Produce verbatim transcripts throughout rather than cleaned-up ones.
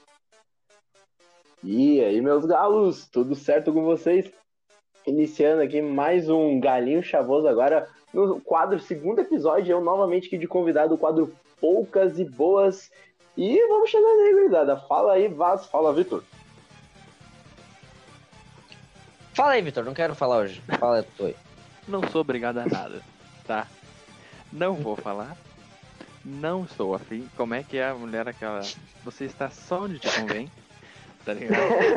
E aí, meus galos, tudo certo com vocês? Iniciando aqui mais um Galinho Chavoso agora no quadro, segundo episódio, eu novamente aqui de convidado, o quadro Poucas e Boas. E vamos chegando aí, gurizada. Fala aí, Vaz, fala, Vitor. Fala aí, Vitor, não quero falar hoje. Fala tu aí. Não sou obrigado a nada, tá? Não vou falar. Não sou afim. Como é que é a mulher aquela... Você está só onde te convém, tá ligado?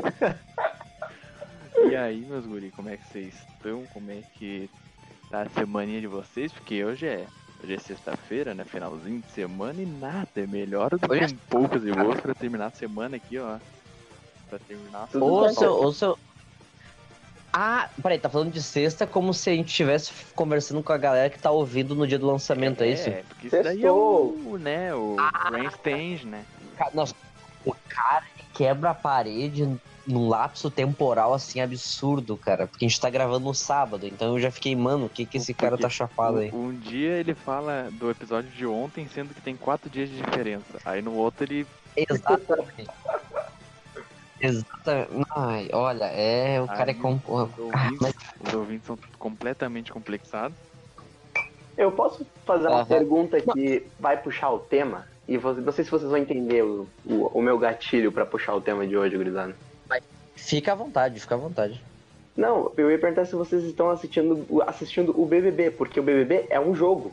E aí, meus guri, como é que vocês estão? Como é que tá a semaninha de vocês? Porque hoje é, hoje é sexta-feira, né? Finalzinho de semana e nada é melhor do que Hoje é- um poucas e boas pra terminar a semana aqui, ó. Pra terminar a Ô, bem, seu, ô, seu... Ah, peraí, tá falando de sexta como se a gente estivesse conversando com a galera que tá ouvindo no dia do lançamento, é, isso? É, porque isso daí é o, né, o Brain Stage, né? Ca- Nossa, o cara quebra a parede num lapso temporal assim absurdo, cara. Porque a gente tá gravando no sábado, então eu já fiquei, mano, o que que esse cara Porque tá chapado aí? Um, um dia ele fala do episódio de ontem, sendo que tem quatro dias de diferença. Aí no outro ele... Exatamente. Exatamente. Ai, olha, é. O cara é. Aí Com... os, Ah, ouvintes, mas- os ouvintes são completamente complexados. Eu posso fazer uma Aham. pergunta que vai puxar o tema? E vo- não sei se vocês vão entender o, o, o meu gatilho pra puxar o tema de hoje, gurizada. Fica à vontade, fica à vontade. Não, eu ia perguntar se vocês estão assistindo, assistindo o B B B, porque o B B B é um jogo.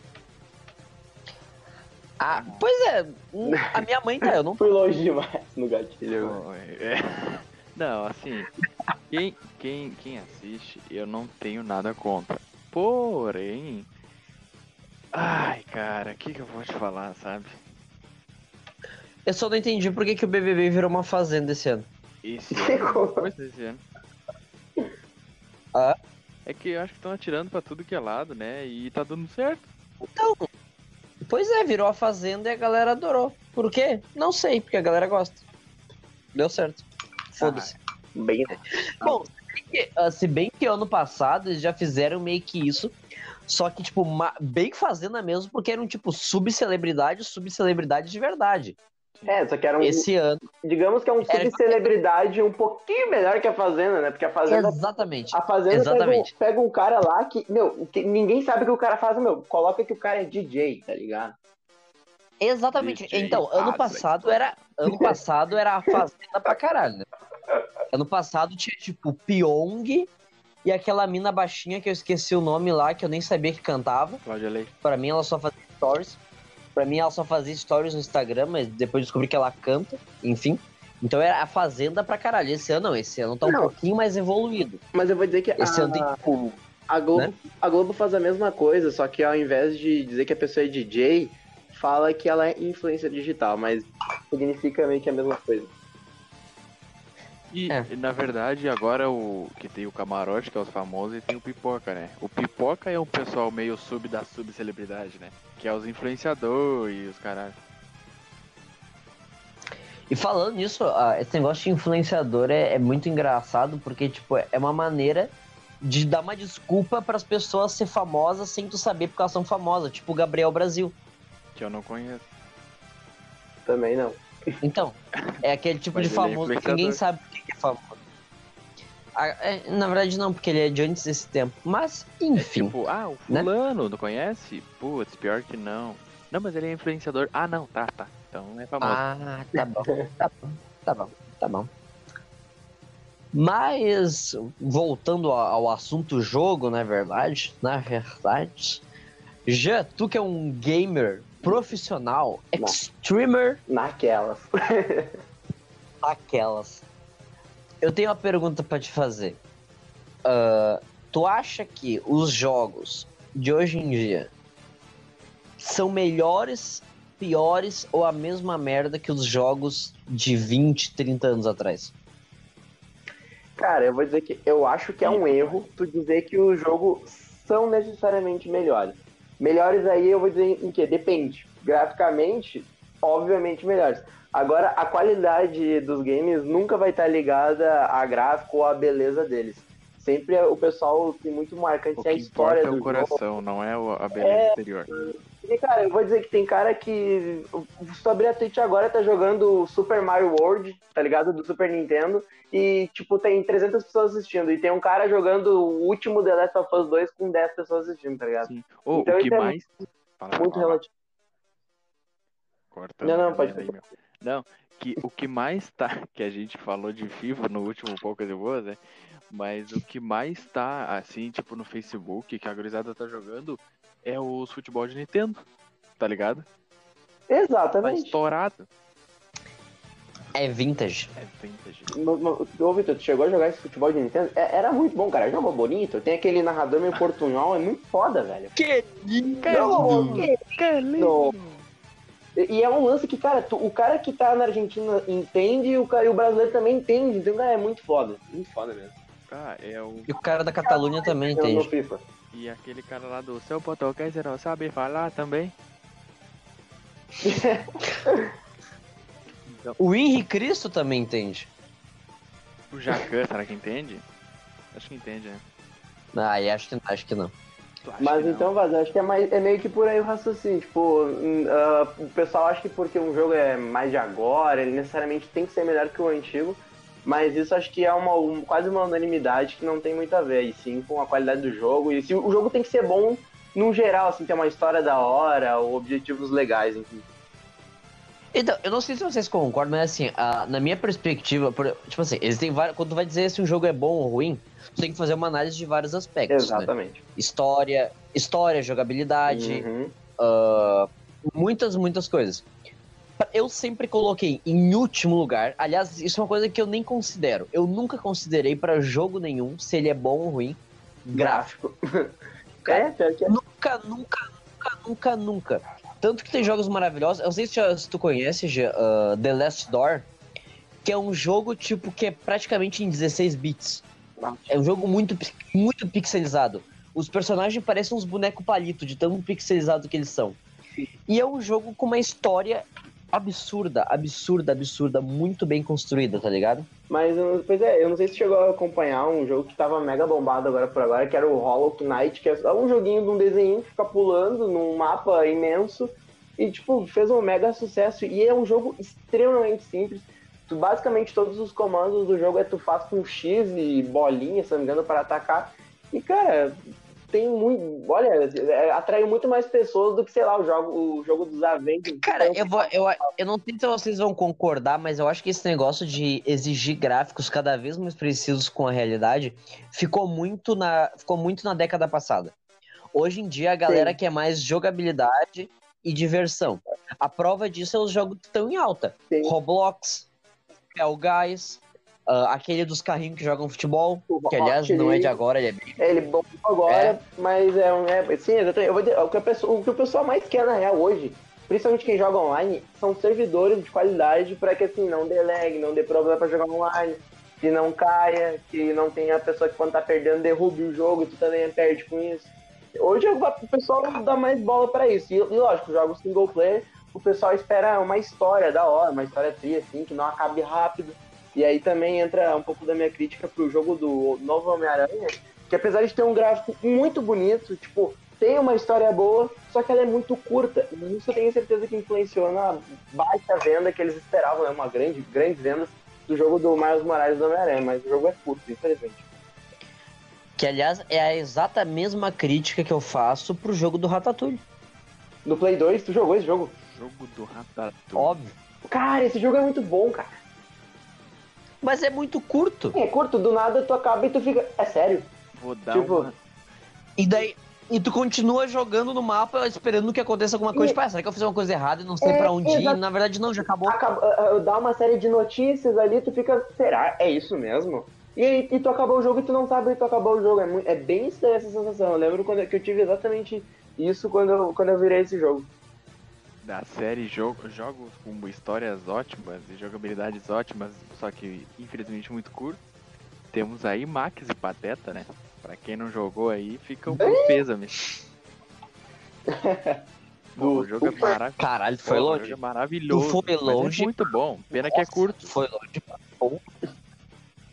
Ah, pois é, hum, a minha mãe tá, eu não. Fui longe demais no gatilho. É. Não, assim, quem, quem, quem assiste, eu não tenho nada contra. Porém, ai, cara, o que, que eu vou te falar, sabe? Eu só não entendi por que, que o B B B virou uma fazenda esse ano. Esse ano, foi esse ano. Ah? É que eu acho que estão atirando pra tudo que é lado, né? E tá dando certo. Então. Pois é, virou a fazenda e a galera adorou. Por quê? Não sei, porque a galera gosta. Deu certo. Foda-se. Bem, Bom, se bem, que, ah, se bem que ano passado eles já fizeram meio que isso, só que, tipo, ma- bem fazenda mesmo, porque eram, tipo, subcelebridades, subcelebridades de verdade. é, só que era um, Esse ano. digamos que é um Era- subcelebridade um pouquinho melhor que a Fazenda, né? Porque a Fazenda, Exatamente. a Fazenda pega um, Exatamente. pega um cara lá que, meu, que ninguém sabe o que o cara faz, meu, coloca que o cara é D J, tá ligado? Exatamente. D J Então, ano Adler. passado era. Ano passado era a fazenda pra caralho, né? Ano passado tinha, tipo, Pyong e aquela mina baixinha que eu esqueci o nome lá, que eu nem sabia que cantava. Cláudia Leite. Pra mim ela só fazia stories. Pra mim ela só fazia stories no Instagram, mas depois descobri que ela canta, enfim. Então era a fazenda pra caralho. Esse ano não, esse ano tá um Não. pouquinho mais evoluído. Mas eu vou dizer que Esse a, ano tem, tipo, a, Globo, né? a Globo faz a mesma coisa, só que ao invés de dizer que a pessoa é D J, fala que ela é influencer digital, mas significa meio que a mesma coisa. E, É. e, na verdade, agora o que tem o camarote, que é os famosos, e tem o pipoca, né? O pipoca é um pessoal meio sub da subcelebridade, né? Que é os influenciadores e os caralho. E falando nisso, ah, esse negócio de influenciador é, é muito engraçado, porque, tipo, é uma maneira de dar uma desculpa pras pessoas ser famosas sem tu saber porque elas são famosas, tipo o Gabriel Brasil. Que eu não conheço. Também não. Então, é aquele tipo Mas de ele é famoso que influenciador. ninguém sabe por que que é famoso. Ah, é, na verdade não, porque ele é de antes desse tempo. Mas, enfim. Tipo, ah, o né? fulano, não conhece? Putz, pior que não. Não, mas ele é influenciador. Ah, não, tá, tá. Então é famoso. Ah, tá bom, tá bom, tá bom, tá bom. Mas, voltando ao, ao assunto jogo, na verdade, na verdade, já tu que é um gamer profissional, Não. streamer Naquelas. aquelas, eu tenho uma pergunta pra te fazer. Ah, tu acha que os jogos de hoje em dia são melhores, piores ou a mesma merda que os jogos de vinte, trinta anos atrás? Cara, eu vou dizer que eu acho que é um erro tu dizer que os jogos são necessariamente melhores. Melhores aí eu vou dizer em que? Depende. Graficamente, obviamente melhores. Agora, a qualidade dos games nunca vai estar ligada a gráfico ou a beleza deles. Sempre o pessoal tem muito marcante O a que história importa é do o jogo. coração, não é o- a beleza É. exterior. E, cara, eu vou dizer que tem cara que. Sobre a Twitch agora tá jogando Super Mario World, tá ligado? Do Super Nintendo. E, tipo, tem trezentas pessoas assistindo. E tem um cara jogando o último The Last of Us dois com dez pessoas assistindo, tá ligado? Sim. Ô, então o que isso é mais. Fala, muito fala, relativo. Cortando Não, não, a pode galera aí, meu. Não, que o que mais tá. Que a gente falou de FIFA no último Poucas e Boas, né? Mas o que mais tá, assim, tipo, no Facebook, que a gurizada tá jogando, é os futebol de Nintendo, tá ligado? Tá Exatamente. estourado. É vintage. É vintage. No- no- Ô, Vitor, tu chegou a jogar esse futebol de Nintendo? É- era muito bom, cara. Joga bonito. Tem aquele narrador meio portunhol, é muito foda, velho. Que Não, que- Calino. E e é um lance que, cara, tu- o cara que tá na Argentina entende e o, cara, e o brasileiro também entende. Então, cara, é muito foda. Muito foda mesmo. Ah, é o. E o cara da Catalunha também No- no entende. FIFA. E aquele cara lá do seu português, você não sabe falar também? O Henri Cristo também entende. O Jacan, será que entende? Acho que entende, né? Ah, e acho que, acho que não. Tu acha Mas que não? então, Vaz, eu acho que é, mais, é meio que por aí o raciocínio. Tipo, hum, ah, o pessoal acha que porque um jogo é mais de agora, ele necessariamente tem que ser melhor que o antigo. Mas isso acho que é uma, um- quase uma unanimidade que não tem muito a ver, e sim com a qualidade do jogo. E se o jogo tem que ser bom no geral, assim, ter uma história da hora, ou objetivos legais, enfim. Então, eu não sei se vocês concordam, mas assim, a- na minha perspectiva, por- tipo assim, existem vários, quando tu vai dizer se um jogo é bom ou ruim, tu tem que fazer uma análise de vários aspectos, né? Exatamente. História, história, jogabilidade, Uhum. ah, muitas, muitas coisas. Eu sempre coloquei em último lugar, aliás, isso é uma coisa que eu nem considero. Eu nunca considerei pra jogo nenhum se ele é bom ou ruim. Gráfico. Gráfico. É, pior que é. Nunca, nunca, nunca, nunca, nunca. Tanto que tem jogos maravilhosos. Eu não sei se, já- se tu conhece já, uh, The Last Door, que é um jogo tipo que é praticamente em dezesseis bits. É um jogo muito, pi- muito pixelizado. Os personagens parecem uns bonecos palito de tão pixelizado que eles são. E é um jogo com uma história absurda, absurda, absurda, muito bem construída, tá ligado? Mas, eu- pois é, eu não sei se chegou a acompanhar um jogo que tava mega bombado agora por agora, que era o Hollow Knight, que é só um joguinho de um desenho que fica pulando num mapa imenso e, tipo, fez um mega sucesso. E é um jogo extremamente simples. Tu, basicamente, todos os comandos do jogo é tu faz com X e bolinha, se não me engano, para atacar. E, cara, tem muito... Olha, é, atrai muito mais pessoas do que, sei lá, o jogo, o jogo dos Avengers. Cara, Então, eu, vou, eu, eu não sei se vocês vão concordar, mas eu acho que esse negócio de exigir gráficos cada vez mais precisos com a realidade ficou muito na, ficou muito na década passada. Hoje em dia a galera Sim. quer mais jogabilidade e diversão. A prova disso é os jogos que estão em alta. Sim. Roblox, Fall Guys, ah, aquele dos carrinhos que jogam futebol, O que aliás Rocket não é de League. agora, ele é bem... É, ele bombou agora, mas é um. É, sim, exatamente. Eu vou dizer, o, que a pessoa, o que o pessoal mais quer na real hoje, principalmente quem joga online, são servidores de qualidade para que assim não dê lag, não dê problema para jogar online, que não caia, que não tenha a pessoa que quando tá perdendo derrube o jogo e tu também perde com isso. Hoje o pessoal dá mais bola para isso. E, e lógico, jogos single player, o pessoal espera uma história da hora, uma história tria, assim, que não acabe rápido. E aí também entra um pouco da minha crítica pro jogo do novo Homem-Aranha, que apesar de ter um gráfico muito bonito, tipo, tem uma história boa, só que ela é muito curta. E isso eu tenho certeza que influenciou na baixa venda que eles esperavam, né? Uma grande, grandes vendas do jogo do Miles Morales do Homem-Aranha, mas o jogo é curto, infelizmente. Que aliás é a exata mesma crítica que eu faço pro jogo do Ratatouille. No Play dois, tu jogou esse jogo? Jogo do Ratatouille. Óbvio. Cara, esse jogo é muito bom, cara. Mas é muito curto. É curto, do nada tu acaba e tu fica... É sério? Vou dar Tipo, uma... E daí. E tu continua jogando no mapa esperando que aconteça alguma coisa. E- Tipo, ah, será que eu fiz uma coisa errada e não sei É, pra onde ir? exato. Na verdade, não, já acabou. acaba, ah, ah, dá uma série de notícias ali, tu fica, será? É isso mesmo? E aí e tu acabou o jogo e tu não sabe que tu acabou o jogo. É, muito, é bem estranha essa sensação. Eu lembro quando, que eu tive exatamente isso quando eu, quando eu virei esse jogo. Da série jogo, jogos com histórias ótimas e jogabilidades ótimas, só que infelizmente muito curto. Temos aí Max e Pateta, né? Pra quem não jogou aí, fica um pêsame. Pô, o jogo é maravilhoso. Caralho, tu foi Pô, O longe. jogo é maravilhoso. Tu foi mas longe. é muito bom. Pena que é curto. Foi longe. Pô.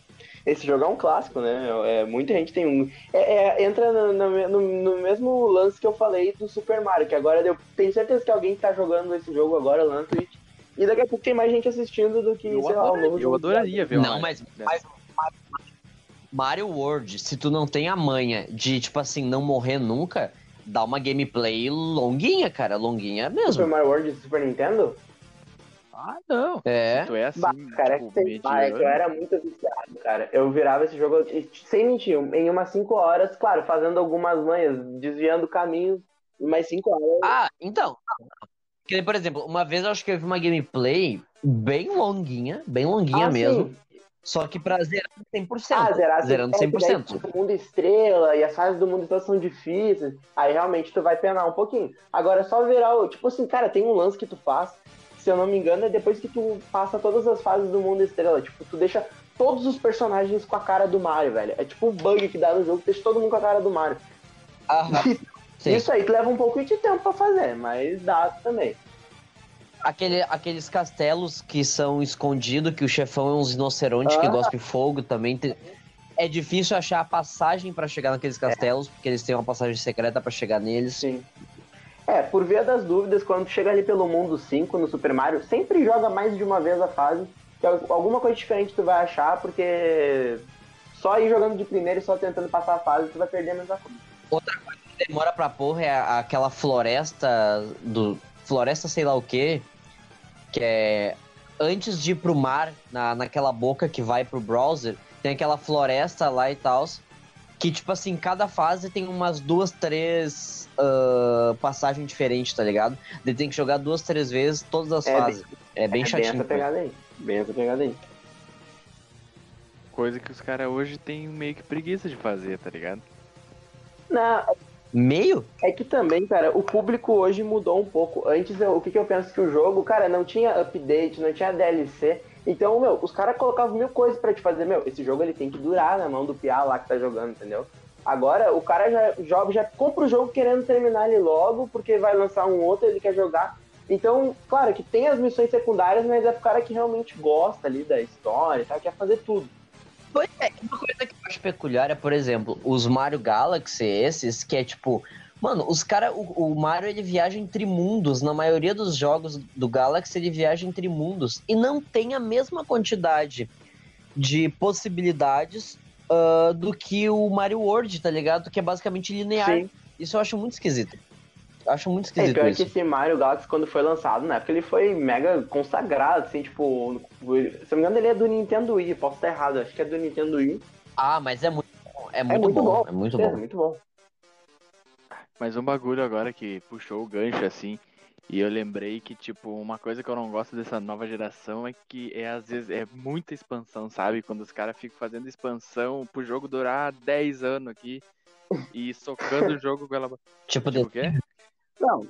Esse jogo é um clássico, né? É, muita gente tem um. É, é, entra no, no, no- no mesmo lance que eu falei do Super Mario, que agora eu tenho certeza que alguém tá jogando esse jogo agora lá no Twitch. E daqui a pouco tem mais gente assistindo do que, Eu sei lá, o adoraria, novo eu jogo do adoraria ver uma Não, mas, dessa. mas Mario World, se tu não tem a manha de, tipo assim, não morrer nunca, dá uma gameplay longuinha, cara. Longuinha Super mesmo. Mario World de Super Nintendo. Ah, não. É. Se tu é assim, Bah, cara, tipo, sei lá, é que eu mediano. era muito viciado, cara. Eu virava esse jogo, sem mentir, em umas cinco horas, claro, fazendo algumas manhas, desviando caminhos, mais cinco horas. Ah, então. Que, por exemplo, uma vez eu acho que eu vi uma gameplay bem longuinha, bem longuinha Ah, mesmo. sim. Só que pra zerar cem por Ah, cento. zerar assim, Zerando é que daí cem por cento. tipo, o mundo estrela e as fases do mundo estrela são difíceis, aí realmente tu vai penar um pouquinho. Agora, só virar o. Tipo assim, cara, tem um lance que tu faz, que, se eu não me engano, é depois que tu passa todas as fases do mundo estrela. Tipo, tu deixa todos os personagens com a cara do Mario, velho. É tipo um bug que dá no jogo, deixa todo mundo com a cara do Mario. Aham. Sim. Isso aí tu leva um pouco de tempo pra fazer, mas dá também. Aquele, aqueles castelos que são escondidos, que o chefão é uns rinocerontes que Ah. gospe fogo também. Tem- É difícil achar a passagem pra chegar naqueles castelos, porque eles têm uma passagem secreta pra chegar neles. Sim. É, por via das dúvidas, quando tu chega ali pelo mundo cinco no Super Mario, sempre joga mais de uma vez a fase, que alguma coisa diferente tu vai achar, porque só ir jogando de primeiro e só tentando passar a fase, tu vai perder a mesma coisa. Outra coisa que demora pra porra é a- aquela floresta do. Floresta sei lá o quê, que é antes de ir pro mar, na, naquela boca que vai pro browser, tem aquela floresta lá e tal, que tipo assim, cada fase tem umas duas, três ah, passagens diferentes, tá ligado? Daí tem que jogar duas, três vezes todas as É fases. É bem É bem chatinho. essa pegada aí. Bem essa pegada aí. Coisa que os caras hoje têm meio que preguiça de fazer, tá ligado? Não, Meio? é que também, cara, o público hoje mudou um pouco. Antes, eu- o que, que eu penso que o jogo, cara, não tinha update, não tinha D L C. Então, meu, os caras colocavam mil coisas pra te fazer. Meu, esse jogo ele tem que durar na mão do piá lá que tá jogando, entendeu? Agora, o cara já joga, já compra o jogo querendo terminar ele logo, porque vai lançar um outro, ele quer jogar. Então, claro que tem as missões secundárias, mas é pro cara que realmente gosta ali da história, tá? Quer fazer tudo. Pois é, uma coisa que eu acho peculiar é, por exemplo, os Mario Galaxy, esses, que é tipo. Mano, os caras. O, o Mario ele viaja entre mundos. Na maioria dos jogos do Galaxy, ele viaja entre mundos. E não tem a mesma quantidade de possibilidades ah, do que o Mario World, tá ligado? Que é basicamente linear. Sim. Isso eu acho muito esquisito. Eu acho muito É, esquisito pior isso. que esse Mario Galaxy, quando foi lançado, na época ele foi mega consagrado, assim, tipo, se eu não me engano ele é do Nintendo Wii, posso estar errado, acho que é do Nintendo Wii. Ah, mas é muito bom. É muito, É muito bom, bom, É muito é bom. muito bom. Mas um bagulho agora que puxou o gancho assim, e eu lembrei que, tipo, uma coisa que eu não gosto dessa nova geração é que é às vezes é muita expansão, sabe? Quando os caras ficam fazendo expansão pro jogo durar dez anos aqui e socando o jogo pela. Tipo, Tipo The o quê? Não,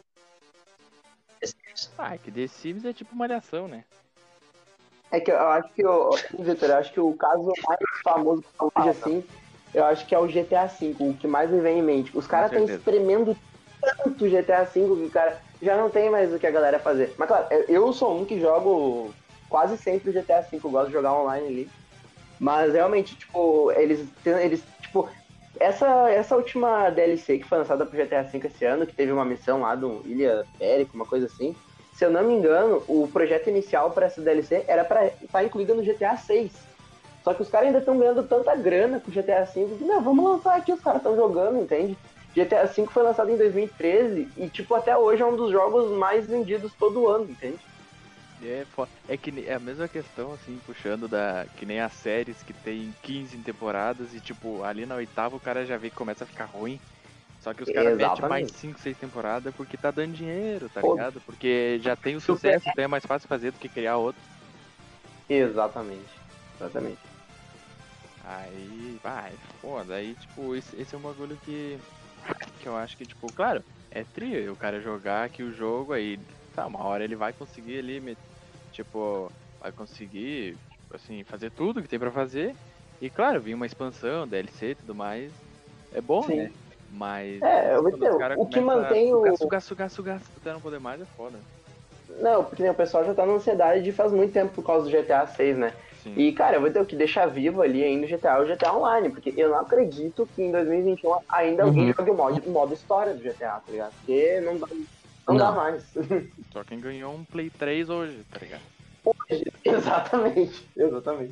Sims. Ah, é que The Sims é tipo malhação, né? é que eu acho que, o Vitor, eu acho que o caso mais famoso hoje, assim, eu acho que é o G T A V, o que mais me vem em mente. Os caras estão certeza. espremendo tanto o G T A V que o cara já não tem mais o que a galera fazer. Mas claro, eu- eu sou um que jogo quase sempre o G T A V, eu gosto de jogar online ali. Mas realmente, tipo, eles, eles tipo, essa, essa última D L C que foi lançada pro G T A V esse ano, que teve uma missão lá do Ilha Périco, uma coisa assim, se eu não me engano, o projeto inicial para essa D L C era para estar incluída no G T A seis. Só que os caras ainda estão ganhando tanta grana com o G T A V que, não, vamos lançar aqui, os caras estão jogando, entende? G T A V foi lançado em dois mil e treze e, tipo, até hoje é um dos jogos mais vendidos todo ano, entende? É, fo- é que ne- é a mesma questão, assim, puxando da. Que nem as séries que tem quinze temporadas e, tipo, ali na oitava o cara já vê que começa a ficar ruim. Só que os caras metem mais Exatamente. cinco, seis temporadas porque tá dando dinheiro, tá Pô. ligado? Porque já tem o Super- sucesso, então é mais fácil fazer do que criar outro. Exatamente. Exatamente. Aí, vai, foda. Aí, tipo, esse, esse é um bagulho que. Que eu acho que, tipo, claro, é trio o cara jogar aqui o jogo aí. Tá, uma hora ele vai conseguir ali, me- tipo, vai conseguir, assim, fazer tudo que tem pra fazer. E claro, vir uma expansão, D L C e tudo mais. É bom, Sim. né? Mas É, eu vou quando dizer, os caras o que começam mantém a sugar, o- sugar, sugar, sugar, até não poder mais, é foda. Não, porque né, o pessoal já tá na ansiedade de faz muito tempo por causa do G T A seis, né? Sim. E, cara, eu vou ter o que deixar vivo ali ainda o G T A, o G T A Online, porque eu não acredito que em dois mil e vinte e um ainda Uhum. alguém jogue o modo, o modo história do G T A, tá ligado? Porque não dá, não dá Não. mais. Só quem ganhou um Play três hoje, tá ligado? Exatamente, exatamente.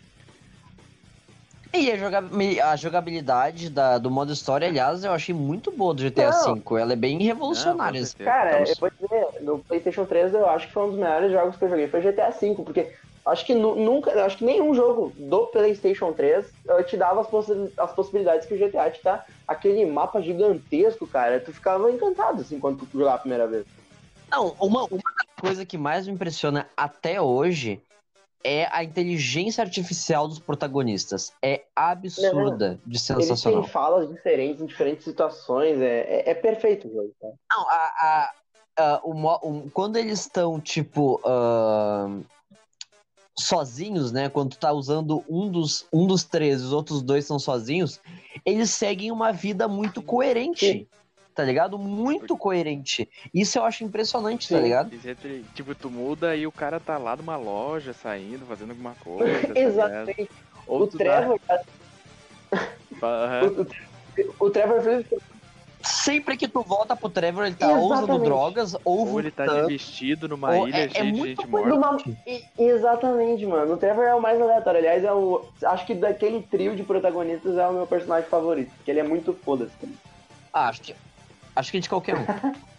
E a, joga- a jogabilidade da- do modo história, aliás, eu achei muito boa do G T A Não. V. Ela é bem revolucionária. Não, com assim. certeza. Cara, eu Então, vou dizer, no PlayStation três eu acho que foi um dos melhores jogos que eu joguei, foi G T A V, porque acho que nu- nunca, acho que nenhum jogo do PlayStation três eh, te dava as, possi- as possibilidades que o G T A te dá. Aquele mapa gigantesco, cara, tu ficava encantado assim quando tu jogava a primeira vez. Não, uma, uma coisa que mais me impressiona até hoje é a inteligência artificial dos protagonistas. É absurda de Eles têm sensacional. falas diferentes em diferentes situações, é, é, é perfeito o jogo, tá? Não, a, a- a- o mo- o- quando eles estão, tipo, ahn, sozinhos, né? Quando tu tá usando um dos, um dos três e os outros dois são sozinhos, eles seguem uma vida muito coerente. Sim. Tá ligado? Muito coerente. Isso eu acho impressionante, tá Sim. ligado? E sempre, tipo, tu muda e o cara tá lá numa loja, saindo, fazendo alguma coisa, tá ligado? Exatamente. Ou O tu Trevor, dá... Aham. o, o Trevor Phillips, Sempre que tu volta pro Trevor, ele tá ou usando Exatamente. drogas, ou Ou ele tá de vomitando. vestido numa ou- ilha é- é cheia de muito gente coisa morta. Numa- e- Exatamente, mano. O Trevor é o mais aleatório. Aliás, é o, acho que daquele trio de protagonistas é o meu personagem favorito, porque ele é muito foda-se. Ah, acho que, acho que de qualquer um.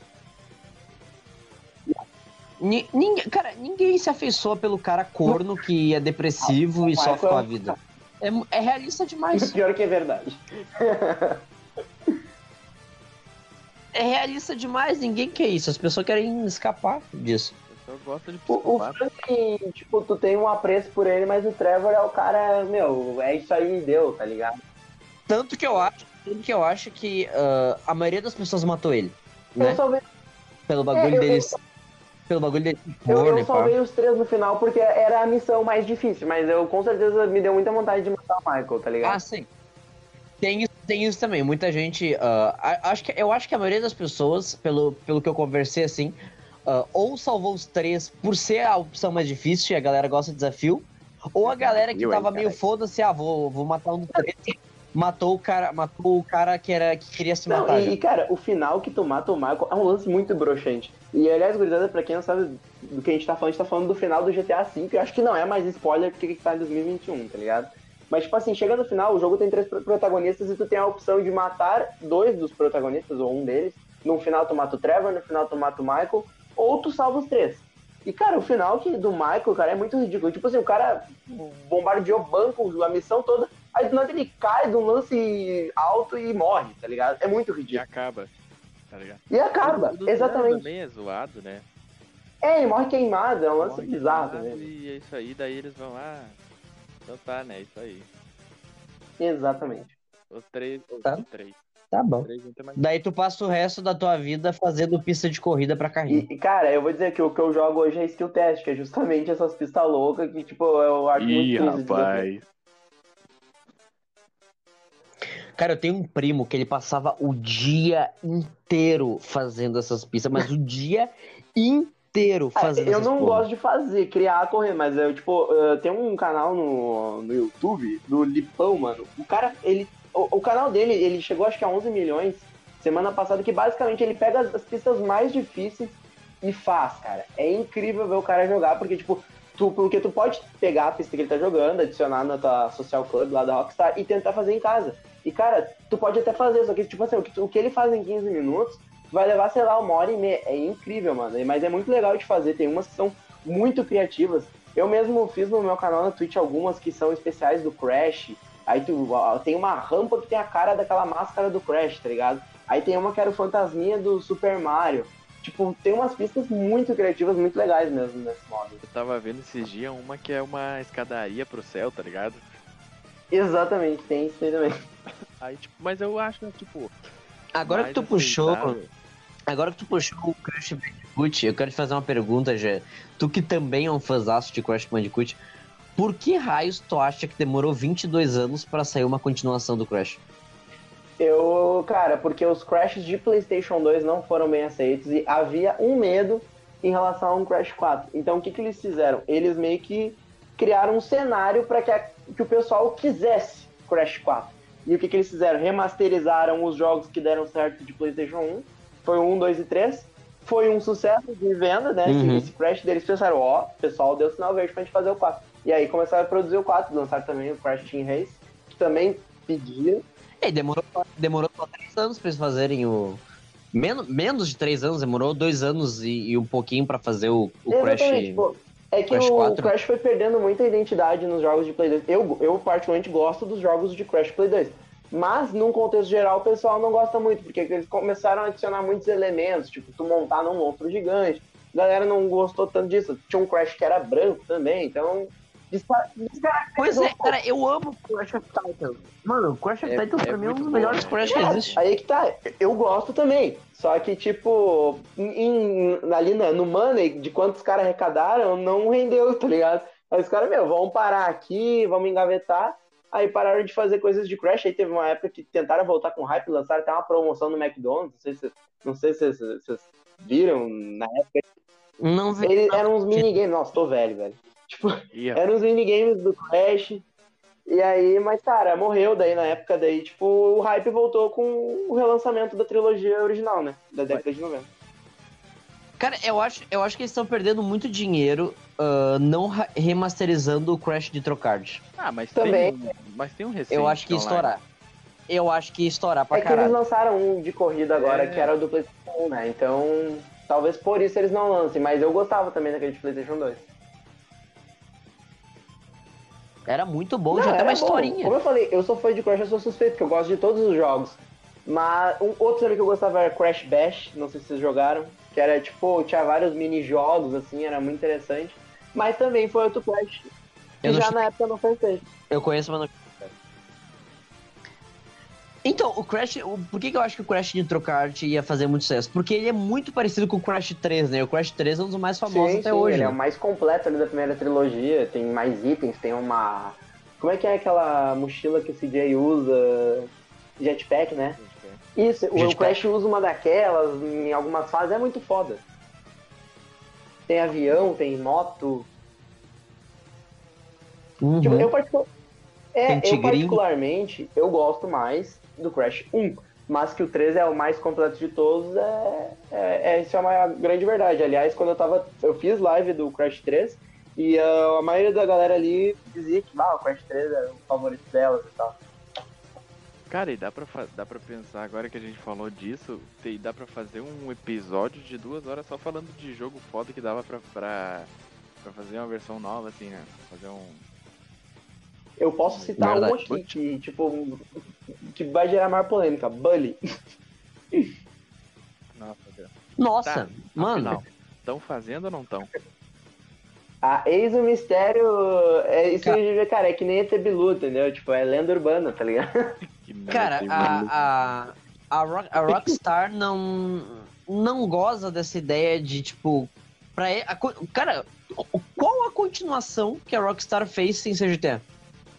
Ni- ninguém, cara, ninguém se afeiçoa pelo cara corno que é depressivo e Ah, sofre Michael- com a vida. É, é realista demais. Pior que é verdade. É realista demais, ninguém quer isso. As pessoas querem escapar disso. A pessoa gosta de O, o psicopata. Frank, tipo, tu tem um apreço por ele, mas o Trevor é o cara, meu, é isso aí, deu, tá ligado? Tanto que eu acho, tanto que, eu acho que ah, a maioria das pessoas matou ele. Né? Eu salvei, Pelo bagulho É, eu- deles. Pelo bagulho deles. eu, corno eu e pá. salvei os três no final porque era a missão mais difícil, mas eu com certeza me deu muita vontade de matar o Michael, tá ligado? Ah, sim. Tem isso, tem isso também. Muita gente. ah, a- acho que, eu acho que a maioria das pessoas, pelo, pelo que eu conversei assim, ah, ou salvou os três por ser a opção mais difícil e a galera gosta de desafio, ou a galera que Eu, tava hein, meio cara. foda-se, ah, vou, vou matar um dos três. Matou o cara, matou o cara que, era, que queria se Não, matar. e, já. e, cara, o final que tu mata o Michael é um lance muito broxante. E aliás, gurizada, pra quem não sabe do que a gente tá falando, a gente tá falando do final do G T A V, eu acho que não é mais spoiler porque que tá em dois mil e vinte e um, tá ligado? Mas, tipo assim, chega no final, o jogo tem três pro- protagonistas e tu tem a opção de matar dois dos protagonistas, ou um deles. No final tu mata o Trevor, no final tu mata o Michael, ou tu salva os três. E, cara, o final que, do Michael, cara, é muito ridículo. Tipo assim, o cara bombardeou banco, a missão toda, aí do nada ele cai de um lance alto e morre, tá ligado? É muito E ridículo. acaba, tá ligado? E acaba, O do Trevor exatamente. também é zoado, né? É, ele morre queimado, é um lance Morre bizarro queimado também. E é isso aí, daí eles vão lá. Então tá, né? Isso aí. Exatamente. Os três. Os Tá. três. Tá bom. Três não tem mais. Daí tu passa o resto da tua vida fazendo pista de corrida pra carrinho. E, e, cara, eu vou dizer que o que eu jogo hoje é skill test, que é justamente essas pistas loucas que, tipo, eu acho muito Ih, triste. o desafio. rapaz. Cara, eu tenho um primo que ele passava o dia inteiro fazendo essas pistas, mas o dia inteiro Ah, fazendo eu essas não porra. gosto de fazer, criar, correr, mas eu, tipo, uh, tem um canal no, no YouTube do Lipão, mano. O cara, ele. O, o canal dele, ele chegou acho que a onze milhões semana passada, que basicamente ele pega as, as pistas mais difíceis e faz, cara. É incrível ver o cara jogar, porque, tipo, tu, porque tu pode pegar a pista que ele tá jogando, adicionar na tua social club lá da Rockstar e tentar fazer em casa. E, cara, tu pode até fazer, só que, tipo assim, o que, tu- o que ele faz em quinze minutos vai levar, sei lá, uma hora e meia. É incrível, mano. Mas é muito legal de fazer. Tem umas que são muito criativas. Eu mesmo fiz no meu canal na Twitch algumas que são especiais do Crash. Aí tu ó, tem uma rampa que tem a cara daquela máscara do Crash, tá ligado? Aí tem uma que era o fantasminha do Super Mario. Tipo, tem umas pistas muito criativas, muito legais mesmo nesse modo. Eu tava vendo esses dias uma que é uma escadaria pro céu, tá ligado? Exatamente, tem isso aí também. Aí, tipo, mas eu acho, tipo. Agora mais que tu puxou, aceitável. agora que tu puxou o Crash Bandicoot, eu quero te fazer uma pergunta, Gê. Tu que também é um fãzaço de Crash Bandicoot, por que raios tu acha que demorou vinte e dois anos pra sair uma continuação do Crash? Eu, cara, porque os Crashes de PlayStation dois não foram bem aceitos e havia um medo em relação a um Crash quatro. Então o que, que eles fizeram? Eles meio que criaram um cenário para que, a- que o pessoal quisesse Crash quatro. E o que, que eles fizeram? Remasterizaram os jogos que deram certo de PlayStation um. Foi o um, dois e três. Foi um sucesso de venda, né? Uhum. Esse, esse Crash deles pensaram, ó, o pessoal deu sinal verde pra gente fazer o quatro. E aí começaram a produzir o quatro, lançaram também o Crash Team Race, que também pedia. E demorou, demorou só três anos pra eles fazerem o. Menos, menos de três anos, demorou dois anos e, e um pouquinho pra fazer o, o Crash. Exatamente, pô. É que Crash o quatro. Crash foi perdendo muita identidade nos jogos de Play dois. Eu, eu particularmente gosto dos jogos de Crash Play dois. Mas, num contexto geral, o pessoal não gosta muito, porque eles começaram a adicionar muitos elementos, tipo, tu montar num monstro gigante. A galera não gostou tanto disso. Tinha um Crash que era branco também, então... descar- Pois descaracterizou é, um pouco. cara, eu amo Crash of Titans. Mano, Crash of É- Titans é pra mim é um muito dos bom, melhores né? Crash que É, existe. aí que tá, eu gosto também. Só que, tipo, em- ali na- no Money, de quantos caras arrecadaram, não rendeu, tá ligado? Aí os caras, meu, vamos parar aqui, vamos engavetar. Aí pararam de fazer coisas de Crash. Aí teve uma época que tentaram voltar com hype, lançaram até uma promoção no McDonald's. Não sei se, não sei se vocês vocês viram na época. Não vi. Eles eram uns minigames. Nossa, tô velho, velho. Tipo, Ia. eram uns minigames do Crash. E aí, mas, cara, morreu daí na época, daí, tipo, o hype voltou com o relançamento da trilogia original, né? Da década de noventa. Cara, eu acho, eu acho que eles estão perdendo muito dinheiro ah, não ra- remasterizando o Crash de Trocard. Ah, mas Também. tem um, mas tem um recente Eu acho que ia online. estourar. Eu acho que ia estourar pra É que eles caralho. lançaram um de corrida agora, É. que era o do PlayStation um, né? Então, talvez por isso eles não lancem, mas eu gostava também daquele de PlayStation dois. Era muito bom, Não, já tem era uma bom. historinha. Como eu falei, eu sou fã de Crash, eu sou suspeito, porque eu gosto de todos os jogos. Mas um outro também que eu gostava era Crash Bash, não sei se vocês jogaram, que era tipo, tinha vários mini-jogos, assim, era muito interessante. Mas também foi outro Crash, que Eu não já cheguei- na época não foi feito. Eu conheço, mas não. Então, o Crash. O, por que, que eu acho que o Crash Nitro Kart ia fazer muito sucesso? Porque ele é muito parecido com o Crash três, né? O Crash três é um dos mais famosos Sim, até sim, hoje. ele é né? o mais completo ali da primeira trilogia, tem mais itens, tem uma... Como é que é aquela mochila que o C J usa? Jetpack, né? Isso, o Jetpack. Crash usa uma daquelas em algumas fases, é muito foda. Tem avião, tem moto. Uhum. Tipo, eu, particu- é, Tem eu tigrinho. particularmente, eu gosto mais do Crash um. Mas que o três é o mais completo de todos, é, é, é- isso é uma grande verdade. Aliás, quando eu tava. Eu fiz live do Crash três e ah, a maioria da galera ali dizia que ah, o Crash três era o favorito delas e tal. Cara, e dá pra, fa- dá pra pensar, agora que a gente falou disso, tem, dá pra fazer um episódio de duas horas só falando de jogo foda que dava pra, pra, pra fazer uma versão nova, assim, né? Fazer um... Eu posso citar Verdade. um aqui que, tipo, que vai gerar maior polêmica. Bully. Nossa, Deus. Nossa, Tá, mano. Estão fazendo ou não estão? A Eis o Mistério, é isso, Cara- cara, cara, é que nem E T Bilu, entendeu? Tipo, é lenda urbana, tá ligado? Que merda, Cara, tem a, maluco. a, a, Rock- a Rockstar não, não goza dessa ideia de, tipo. Pra, e- a co- cara, o- qual a continuação que a Rockstar fez sem ser G T A?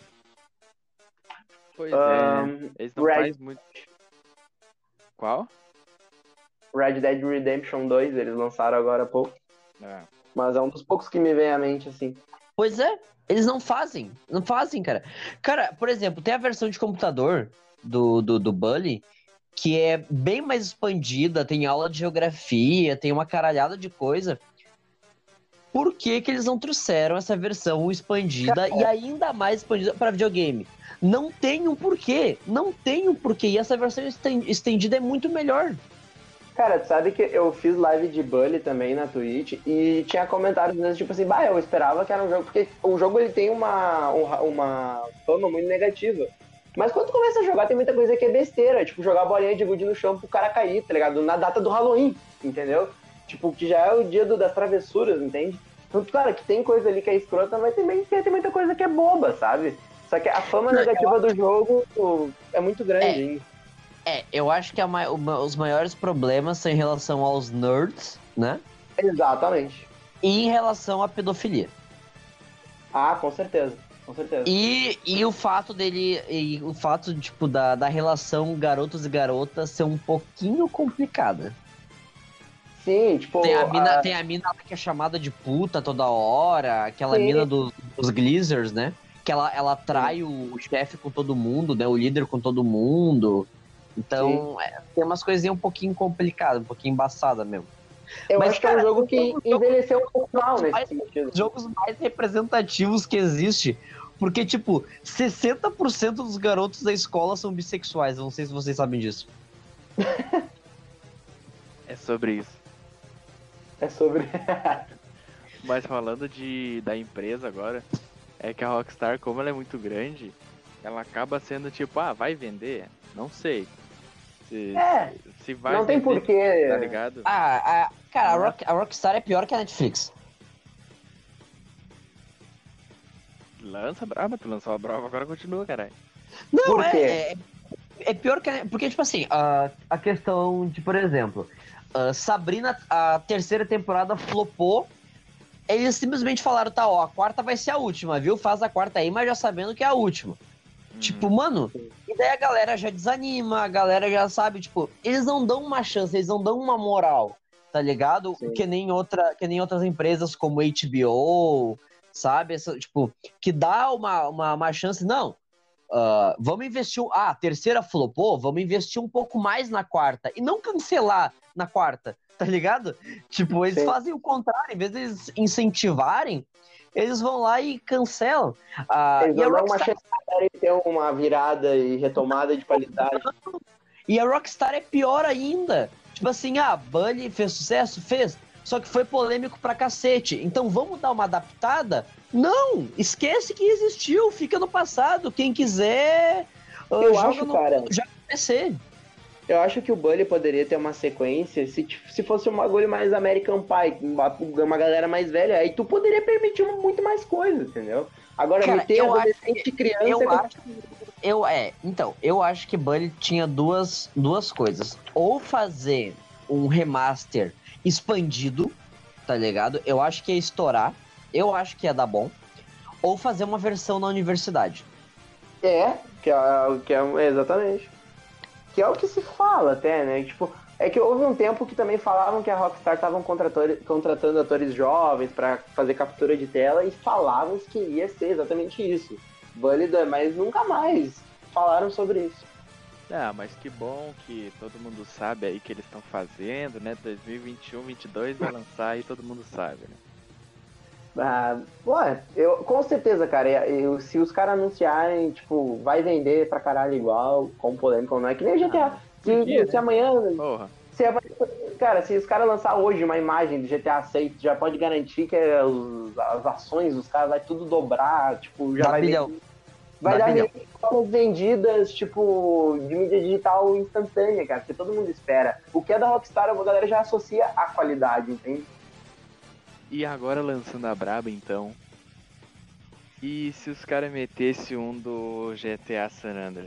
Pois Ahn, é, eles não Red- fazem muito... Qual? Red Dead Redemption dois, eles lançaram agora há pouco. É. Mas é um dos poucos que me vem à mente, assim. Pois é, eles não fazem. Não fazem, cara. Cara, por exemplo, tem a versão de computador do, do, do Bully, que é bem mais expandida, tem aula de geografia, tem uma caralhada de coisa. Por que, que eles não trouxeram essa versão expandida e ainda mais expandida para videogame? Não tem um porquê. Não tem um porquê. E essa versão esten- estendida é muito melhor. Cara, tu sabe que eu fiz live de Bully também na Twitch e tinha comentários às vezes, tipo assim, bah, eu esperava que era um jogo, porque o jogo ele tem uma, um- uma fama muito negativa. Mas quando tu começa a jogar, tem muita coisa que é besteira, tipo, jogar bolinha de gude no chão pro cara cair, tá ligado? Na data do Halloween, entendeu? Tipo, que já é o dia do- das travessuras, entende? Então, cara, que tem coisa ali que é escrota, mas também tem muita coisa que é boba, sabe? Só que a fama Não, negativa do jogo pô, é muito grande, É. hein? É, eu acho que a ma- uma- os maiores problemas são em relação aos nerds, né? Exatamente. E em relação à pedofilia. Ah, com certeza. Com certeza. E, e o fato dele. E o fato, tipo, da, da relação garotos e garotas ser um pouquinho complicada. Sim, tipo. Tem a mina, a- tem a mina lá que é chamada de puta toda hora, aquela Sim. mina do, os Glazers, né? Que ela, ela trai o, o chefe com todo mundo, né? O líder com todo mundo. Então, é, tem umas coisinhas um pouquinho complicadas, um pouquinho embaçadas mesmo. Eu Mas, acho que é um cara, jogo que envelheceu um pouco mal nesse mais, sentido. Os jogos mais representativos que existe. Porque, tipo, sessenta por cento dos garotos da escola são bissexuais. Eu não sei se vocês sabem disso. É sobre isso. É sobre. Mas falando de, da empresa agora, é que a Rockstar, como ela é muito grande, ela acaba sendo tipo, ah, vai vender? Não sei. Se, É, se vai não tem vender, porquê. tá ligado? Ah, a, cara, a, Rock, a Rockstar é pior que a Netflix. Lança brava, tu lançou a brava, agora continua, caralho. Não, Por é, quê? é, é pior que a, porque, tipo assim, a, a questão de, por exemplo, a Sabrina, a terceira temporada flopou. Eles simplesmente falaram, tá, ó, a quarta vai ser a última, viu? Faz a quarta aí, mas já sabendo que é a última. Uhum. Tipo, mano, e daí a galera já desanima, a galera já sabe, tipo, eles não dão uma chance, eles não dão uma moral, tá ligado? Sim. Que nem, outra, que nem outras empresas como H B O, sabe? Essa, tipo, que dá uma, uma, uma chance, não. Uh, vamos investir. Ah, a terceira flopou, vamos investir um pouco mais na quarta. E não cancelar na quarta, tá ligado? Tipo, eles Sim. fazem o contrário, em vez de eles incentivarem, eles vão lá e cancelam. Uh, Eles e a não dão uma Rockstar chance de ter uma virada e retomada de qualidade. E a Rockstar é pior ainda. Tipo assim, ah, Bully fez sucesso? Fez. Só que foi polêmico pra cacete. Então vamos dar uma adaptada? Não! Esquece que existiu, fica no passado. Quem quiser, uh, Eu joga acho, no, cara. já no P C. Eu acho que o Bully poderia ter uma sequência se, se fosse um bagulho mais American Pie, uma, uma galera mais velha, aí tu poderia permitir muito mais coisas, entendeu? Agora, Cara, meter eu adolescente e criança... Eu é acho, eu, é, então, eu acho que Bully tinha duas, duas coisas. Ou fazer um remaster expandido, tá ligado? Eu acho que ia estourar. Eu acho que ia dar bom. Ou fazer uma versão na universidade. É, que é, que é exatamente. Que é o que se fala até, né? Tipo, é que houve um tempo que também falavam que a Rockstar estavam contratando atores jovens pra fazer captura de tela e falavam que ia ser exatamente isso. Bully, mas nunca mais falaram sobre isso. Ah, mas que bom que todo mundo sabe aí que eles estão fazendo, né? dois mil e vinte e um, vinte e dois vai lançar e todo mundo sabe, né? Ah, ué, eu, com certeza, cara, eu, se os caras anunciarem, tipo, vai vender pra caralho igual, com polêmica ou não, é que nem o G T A. Ah, se, podia, se né? amanhã, Porra. se, cara, se os caras lançar hoje uma imagem do G T A seis, já pode garantir que os, as ações dos caras vai tudo dobrar, tipo, já Dá vai bilhão. vender, vai Dá dar bilhão. milhões vendidas, tipo, de mídia digital instantânea, cara, porque todo mundo espera. O que é da Rockstar, a galera já associa à qualidade, entende? E agora lançando a braba, então. E se os caras metessem um do G T A San Andreas?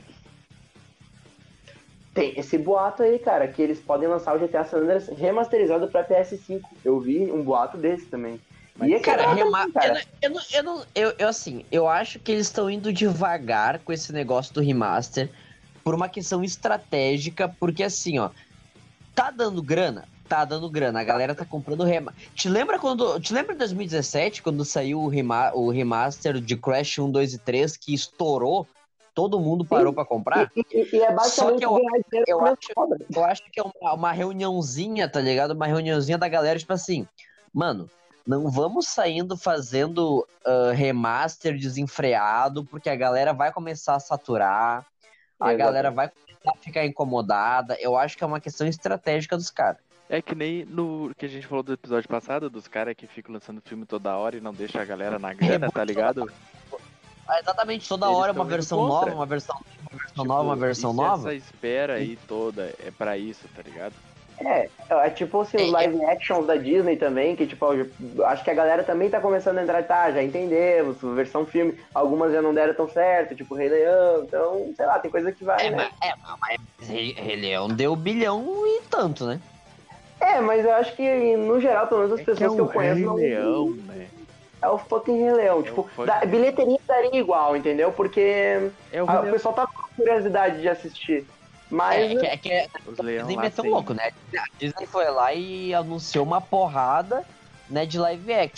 Tem esse boato aí, cara, que eles podem lançar o G T A San Andreas remasterizado pra P S cinco. Eu vi um boato desse também. Mas, e é Cara, também, rema... cara. Eu, não, eu, não, eu, eu assim, eu acho que eles estão indo devagar com esse negócio do remaster por uma questão estratégica, porque assim, ó, tá dando grana? Tá dando grana, a galera tá comprando remaster. Te lembra quando. Te lembra em dois mil e dezessete, quando saiu o, rema... o remaster de Crash um, dois e três, que estourou? Todo mundo parou Sim. pra comprar? E, e, e é Só basicamente que eu, ganhar dinheiro eu, com a mesma acho, obra. eu acho que é uma, uma reuniãozinha, tá ligado? Uma reuniãozinha da galera, tipo assim, mano, não vamos saindo fazendo uh, remaster desenfreado, porque a galera vai começar a saturar, a Exatamente. galera vai começar a ficar incomodada. Eu acho que é uma questão estratégica dos caras. É que nem no que a gente falou do episódio passado, dos caras que ficam lançando filme toda hora e não deixa a galera na grana, Reboot tá ligado? Ah, exatamente, toda Eles hora uma tão indo versão contra. nova, uma versão, uma versão Tipo, nova, uma versão e se nova. essa espera aí toda é pra isso, tá ligado? É, é tipo assim, os live actions da Disney também, que tipo, eu acho que a galera também tá começando a entrar, tá, já entendemos, versão filme, algumas já não deram tão certo, tipo Rei Leão, então, sei lá, tem coisa que vai, É, né? mas, é, mas Rei Rei Leão deu bilhão e tanto, né? É, mas eu acho que, no geral, pelo menos as É pessoas que que, é eu o conheço Rei não... Leão, né? É o fucking Rei Leão, É tipo, o fucking- da, bilheteria daria igual, entendeu? Porque É o a- Rei o Leão. pessoal tá com curiosidade de assistir, mas... É, é que, é que Os a leão Disney lá meteu sem- louco, né? A Disney foi lá e anunciou uma porrada, né, de live action.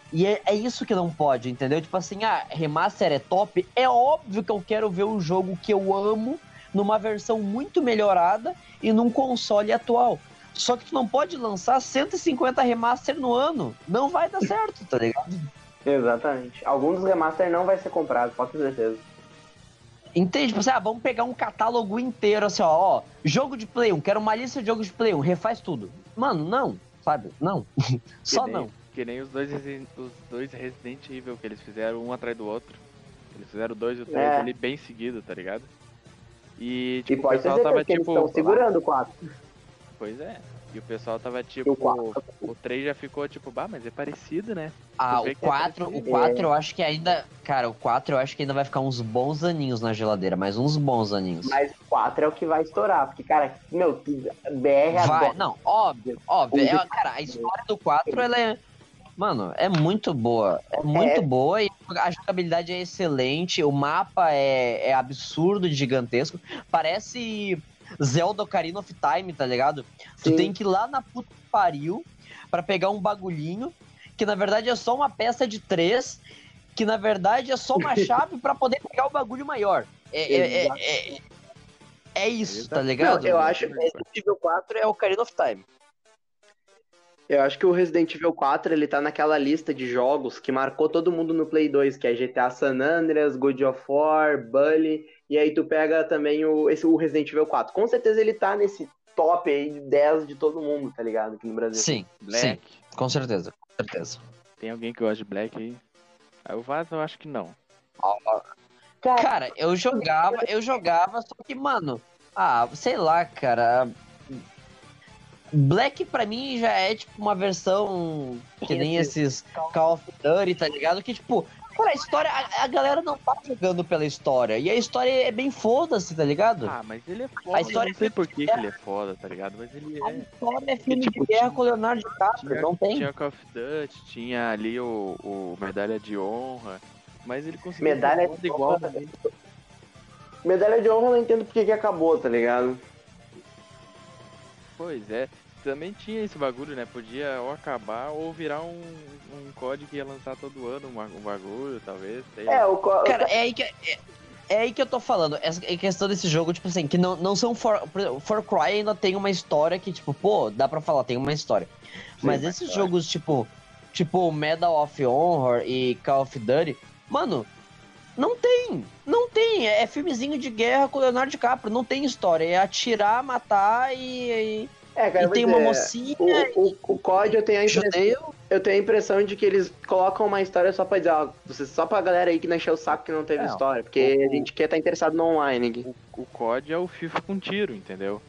E é, é isso que não pode, entendeu? Tipo assim, ah, remaster é top. É óbvio que eu quero ver um jogo que eu amo numa versão muito melhorada e num console atual. Só que tu não pode lançar cento e cinquenta remaster no ano. Não vai dar certo, tá ligado? Exatamente. Algum dos remaster não vai ser comprado, pode ter certeza. Entende? Tipo assim, ah, vamos pegar um catálogo inteiro, assim, ó, ó, jogo de Play um, quero uma lista de jogos de Play um, refaz tudo. Mano, não, sabe? Não. Só nem, não. Que nem os dois, os dois Resident Evil que eles fizeram um atrás do outro. Eles fizeram o dois e o três É. ali bem seguido, tá ligado? E, E tipo, o pode ter pessoal certeza tava que eles tipo. estão segurando o quatro. Pois é. E o pessoal tava tipo. quatro. O três já ficou tipo, bah, mas é parecido, né? Ah, Tu vê o que é quatro, o parecido. quatro eu acho que ainda. Cara, o quatro eu acho que ainda vai ficar uns bons aninhos na geladeira, mas uns bons aninhos. Mas o quatro é o que vai estourar, porque, cara, meu, B R Vai, adora. não, óbvio, óbvio. É, cara, a história do quatro, ela é. Mano, é muito boa. É muito É. boa e a jogabilidade é excelente. O mapa é, é absurdo de gigantesco. Parece Zelda Ocarina of Time, tá ligado? Tu Sim. tem que ir lá na puta que pariu pra pegar um bagulhinho que na verdade é só uma peça de três, que na verdade é só uma chave pra poder pegar o bagulho maior. É, é, Exato. é, é, é isso, Exato. tá ligado? Não, eu acho- Resident Evil quatro é Ocarina of Time. Eu acho que o Resident Evil quatro, ele tá naquela lista de jogos que marcou todo mundo no Play dois, que é G T A San Andreas, God of War, Bully, e aí tu pega também o, esse, o Resident Evil quatro. Com certeza ele tá nesse top aí de dez de todo mundo, tá ligado? Aqui no Brasil. Sim, Black. sim, com certeza, com certeza. Tem alguém que gosta de Black aí? Aí o Vaz eu acho que não. Cara, Cara, eu jogava, eu jogava, só que, mano, ah, sei lá, cara. Black pra mim já é tipo uma versão que nem esses Call of Duty, tá ligado? Que tipo, cara, a história, a, a galera não tá jogando pela história. E a história é bem foda-se, tá ligado? Ah, mas ele é foda. A história eu não sei é por que, que ele é foda, tá ligado? Mas ele A é. história é filme tipo, de guerra tinha- com o Leonardo DiCaprio, Tinha, não tem? tinha Call of Duty, tinha ali o, o Medalha de Honra, mas ele conseguiu Medalha ser foda de igual Honra. também. Medalha de honra eu não entendo por que que acabou, tá ligado? Pois é, também tinha esse bagulho, né? Podia ou acabar ou virar um, um código que ia lançar todo ano, um, um bagulho, talvez. Sei lá. É, o. co- Cara, é aí que, é, é aí que eu tô falando. Essa é questão desse jogo, tipo assim, que não, não são For, For Cry ainda tem uma história que, tipo, pô, dá pra falar, tem uma história. Mas uma esses história. jogos, tipo, tipo Medal of Honor e Call of Duty, mano, não tem. Não tem. É filmezinho de guerra com o Leonardo DiCaprio. Não tem história. É atirar, matar e. e, É, cara, e eu vou tem uma dizer, mocinha. O, o, o C O D eu tenho, a impressão, Judeu. eu tenho a impressão de que eles colocam uma história só pra dizer, ó, você- só pra galera aí que não encheu o saco que não teve Não, história, porque o- a gente quer estar interessado no online aqui. O, o C O D é o FIFA com tiro, entendeu?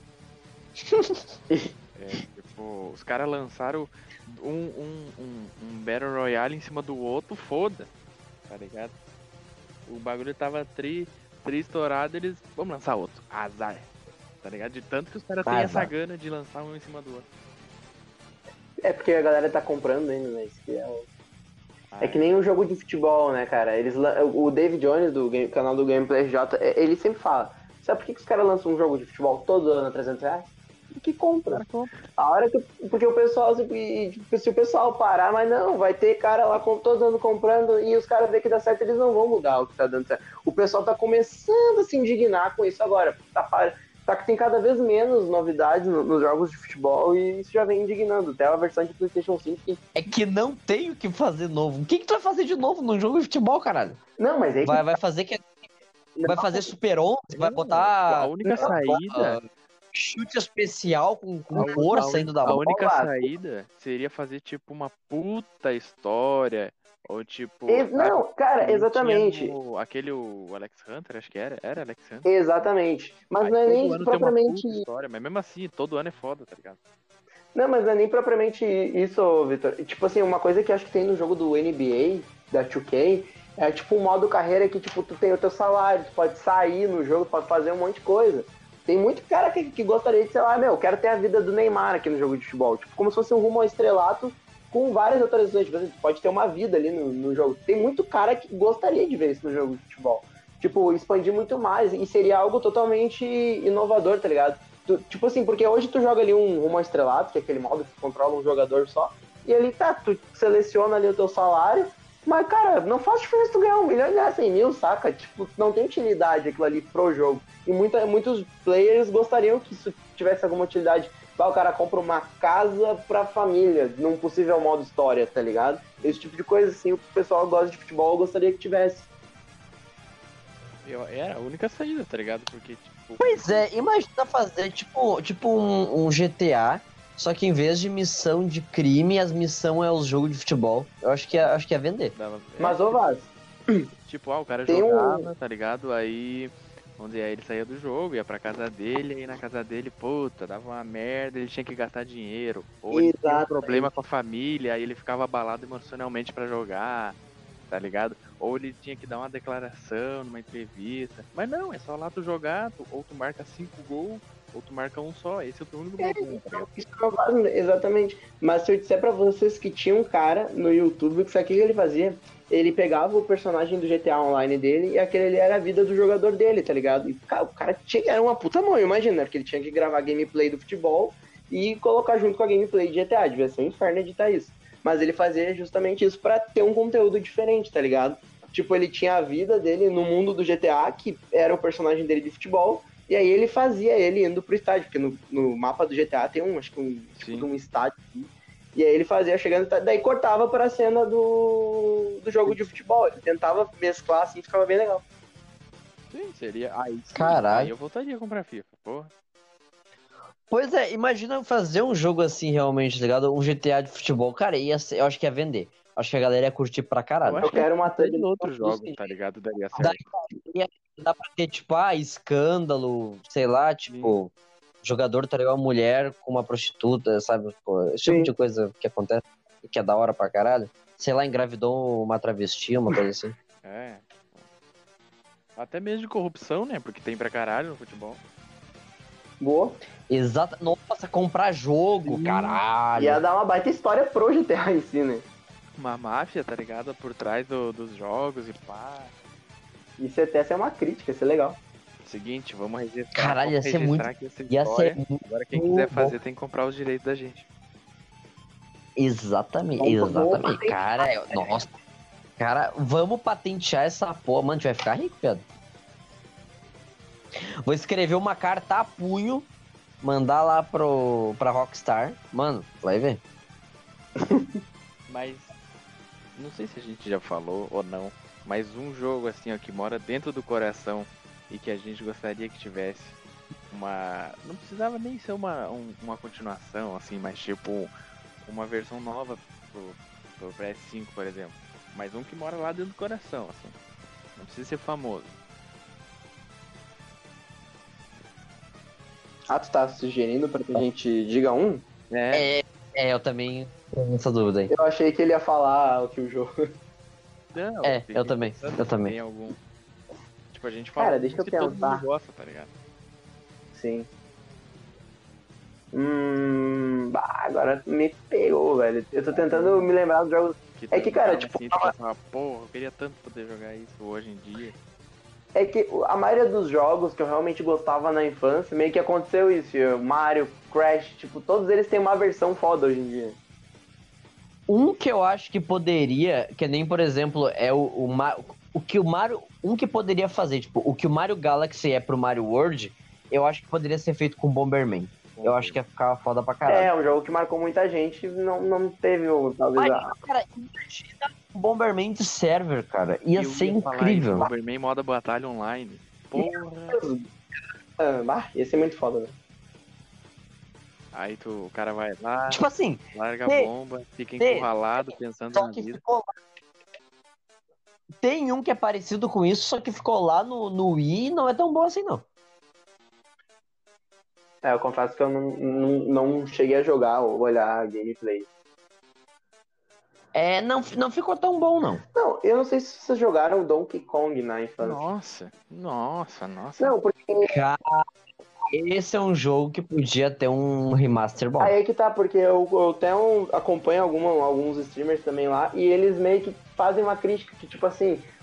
É, tipo, os caras lançaram um, um, um, um Battle Royale em cima do outro, foda, tá ligado? O bagulho tava tri, tri estourado, eles, vamos lançar outro, azar, tá ligado? De tanto que os caras têm essa Azar. gana de lançar um em cima do outro. É porque a galera tá comprando ainda, né? Isso que é, o- Ah, é que nem um jogo de futebol, né, cara? Eles, lan- o David Jones, do game- canal do Gameplay J, é- ele sempre fala, sabe por que, que os caras lançam um jogo de futebol todo ano a trezentos reais? Porque compra. A hora que. Porque o pessoal, se, tipo, se o pessoal parar, mas não, vai ter cara lá com, todo ano comprando e os caras vê que dá certo, eles não vão mudar o que tá dando certo. O pessoal tá começando a se indignar com isso agora. Tá, pa- tá que tem cada vez menos novidades no- nos jogos de futebol e isso já vem indignando. Até a versão de PlayStation cinco que. É que não tem o que fazer novo. O que, que tu vai fazer de novo num jogo de futebol, caralho? Não, mas aí. Vai, vai fazer que. Vai fazer Super onze, vai botar a única não, saída, chute especial com, com a, força a, saindo da a bola. única bola. saída seria fazer tipo uma puta história, ou tipo... E- não, cara, que nem exatamente. tinha no- aquele, o Alex Hunter, acho que era, era Alex Hunter. Exatamente. Mas Aí não é todo nem ano tem uma propriamente. puta história, mas mesmo assim, todo ano é foda, tá ligado? Não, mas não é nem propriamente isso, Vitor. Tipo assim, uma coisa que acho que tem no jogo do N B A, da dois K, é tipo um modo carreira que tipo, tu tem o teu salário, tu pode sair no jogo, pode fazer um monte de coisa. Tem muito cara que, que gostaria de, sei lá, meu, quero ter a vida do Neymar aqui no jogo de futebol. Tipo, como se fosse um rumo ao estrelato com várias atualizações. Tipo assim, tu pode ter uma vida ali no, no jogo. Tem muito cara que gostaria de ver isso no jogo de futebol. Tipo, expandir muito mais. E seria algo totalmente inovador, tá ligado? Tu- tipo assim, porque hoje tu joga ali um rumo ao estrelato, que é aquele modo que tu controla um jogador só. e ali tá, tu seleciona ali o teu salário, mas, cara, não faz diferença tu ganhar um milhão e ganhar cem mil, saca? Tipo, não tem utilidade aquilo ali pro jogo. E muita, muitos players gostariam que isso tivesse alguma utilidade. Bah, o cara compra uma casa pra família, num possível modo história, tá ligado? Esse tipo de coisa, assim, o pessoal gosta de futebol, eu gostaria que tivesse. Eu, era a única saída, tá ligado? Porque, tipo. Pois é, imagina fazer tipo, tipo um, um G T A, só que em vez de missão de crime, as missões é os jogos de futebol. Eu acho que ia, acho que ia vender. Dava, Mas, é, ô Vaz, tipo, ah, o cara tem jogava, um... tá ligado? Aí. Onde aí ele saía do jogo, ia pra casa dele, aí na casa dele, puta, dava uma merda, ele tinha que gastar dinheiro. Ou ele tinha um Exatamente. problema com a família, aí ele ficava abalado emocionalmente pra jogar, tá ligado? Ou ele tinha que dar uma declaração numa entrevista. Mas não, é só lá tu jogar, tu, ou tu marca cinco gols, ou tu marca um só. Esse é o teu único problema, tá ligado? Isso não faz, exatamente. Mas se eu disser pra vocês que tinha um cara no YouTube que sabe o que ele fazia? Ele pegava o personagem do G T A Online dele e aquele ali era a vida do jogador dele, tá ligado? E cara, o cara tinha, era uma puta mão, imagina, porque ele tinha que gravar gameplay do futebol e colocar junto com a gameplay de G T A. Devia ser um inferno editar isso. Mas ele fazia justamente isso pra ter um conteúdo diferente, tá ligado? Tipo, ele tinha a vida dele no mundo do G T A, que era o personagem dele de futebol, e aí ele fazia ele indo pro estádio, porque no, no mapa do G T A tem um, acho que um, tipo, de um estádio assim. E aí ele fazia chegando, daí cortava pra cena do, do jogo de futebol. Ele tentava mesclar assim, ficava bem legal. Sim, seria. Aí, sim, Caralho. aí eu voltaria a comprar FIFA, porra. Pois é, imagina fazer um jogo assim realmente, tá ligado? Um G T A de futebol. Cara, ia ser, eu acho que ia vender. Acho que a galera ia curtir pra Eu caralho. acho Eu quero uma que até thumb de outros do jogos, tá ligado? Daria certo. Daí ia- dá pra ter, tipo, ah, escândalo, sei lá, tipo, jogador traiu a mulher com uma prostituta, sabe? Pô, esse tipo Sim. de coisa que acontece, que é da hora pra caralho. Sei lá, engravidou uma travesti, uma coisa assim. É. Até mesmo de corrupção, né? Porque tem pra caralho no futebol. Boa. Exato. Nossa, comprar jogo, caralho. Ia dar uma baita história pro G T A em si, né? Uma máfia, tá ligado? Por trás do- dos jogos e pá. Isso até ser uma crítica, ia ser legal. Seguinte, vamos registrar, Caralho, ia vamos ser registrar muito- aqui essa Ia história. ser muito Agora quem quiser bom. fazer tem que comprar os direitos da gente. Exatamente, Vamos- vamos exatamente. patentear. Cara, eu- nossa. Cara, vamos patentear essa porra. Mano, a gente vai ficar rico, Pedro. Vou escrever uma carta a punho, mandar lá pro, pra Rockstar. Mano, vai ver. Mas não sei se a gente já falou ou não, mas um jogo assim, ó, que mora dentro do coração e que a gente gostaria que tivesse uma, não precisava nem ser uma, um- uma continuação assim, mas tipo uma versão nova pro, pro P S cinco, por exemplo, mas um que mora lá dentro do coração, assim, não precisa ser famoso. Ah, tu tá sugerindo pra que a gente diga um? É, É, eu também tenho essa dúvida aí. Eu achei que ele ia falar o que o jogo. não, É, fiquei eu também, pensando eu se também. tem algum, tipo, a gente fala Cara, um deixa eu que todo pensar. mundo gosta, tá ligado? Sim. Hum. Bah, agora me pegou, velho. Eu tô tentando me lembrar dos jogos. É que, tu cara, olhava tipo, assim, tu pensava, porra, eu queria tanto poder jogar isso hoje em dia. É que a maioria dos jogos que eu realmente gostava na infância, meio que aconteceu isso. Mario, Crash, tipo, todos eles têm uma versão foda hoje em dia. Um que eu acho que poderia, que nem, por exemplo, é o, o, Ma- o que o Mario. Um que poderia fazer, tipo, o que o Mario Galaxy é pro Mario World, eu acho que poderia ser feito com Bomberman. Eu acho que ia ficar foda pra caralho. É, um jogo que marcou muita gente, não, não teve, talvez, a... Cara, imagina um Bomberman de server, cara. Ia Eu ser ia falar incrível. isso, Bomberman moda batalha online. Porra. Ah, bah, ia ser muito foda, velho. Aí tu, o cara vai lá, Tipo assim, larga a tem- bomba, fica tem- encurralado pensando só na que vida. ficou lá. Tem um que é parecido com isso, só que ficou lá no, no Wii e não é tão bom assim, não. É, eu confesso que eu não, não, não cheguei a jogar ou olhar a gameplay. É, não, não ficou tão bom, não. Não, eu não sei se vocês jogaram Donkey Kong na infância. Nossa, nossa, nossa. Não, porque Cara, esse é um jogo que podia ter um remaster bom. aí é que tá, porque eu, eu até um- acompanho alguma, alguns streamers também lá, e eles meio que fazem uma crítica que, tipo assim,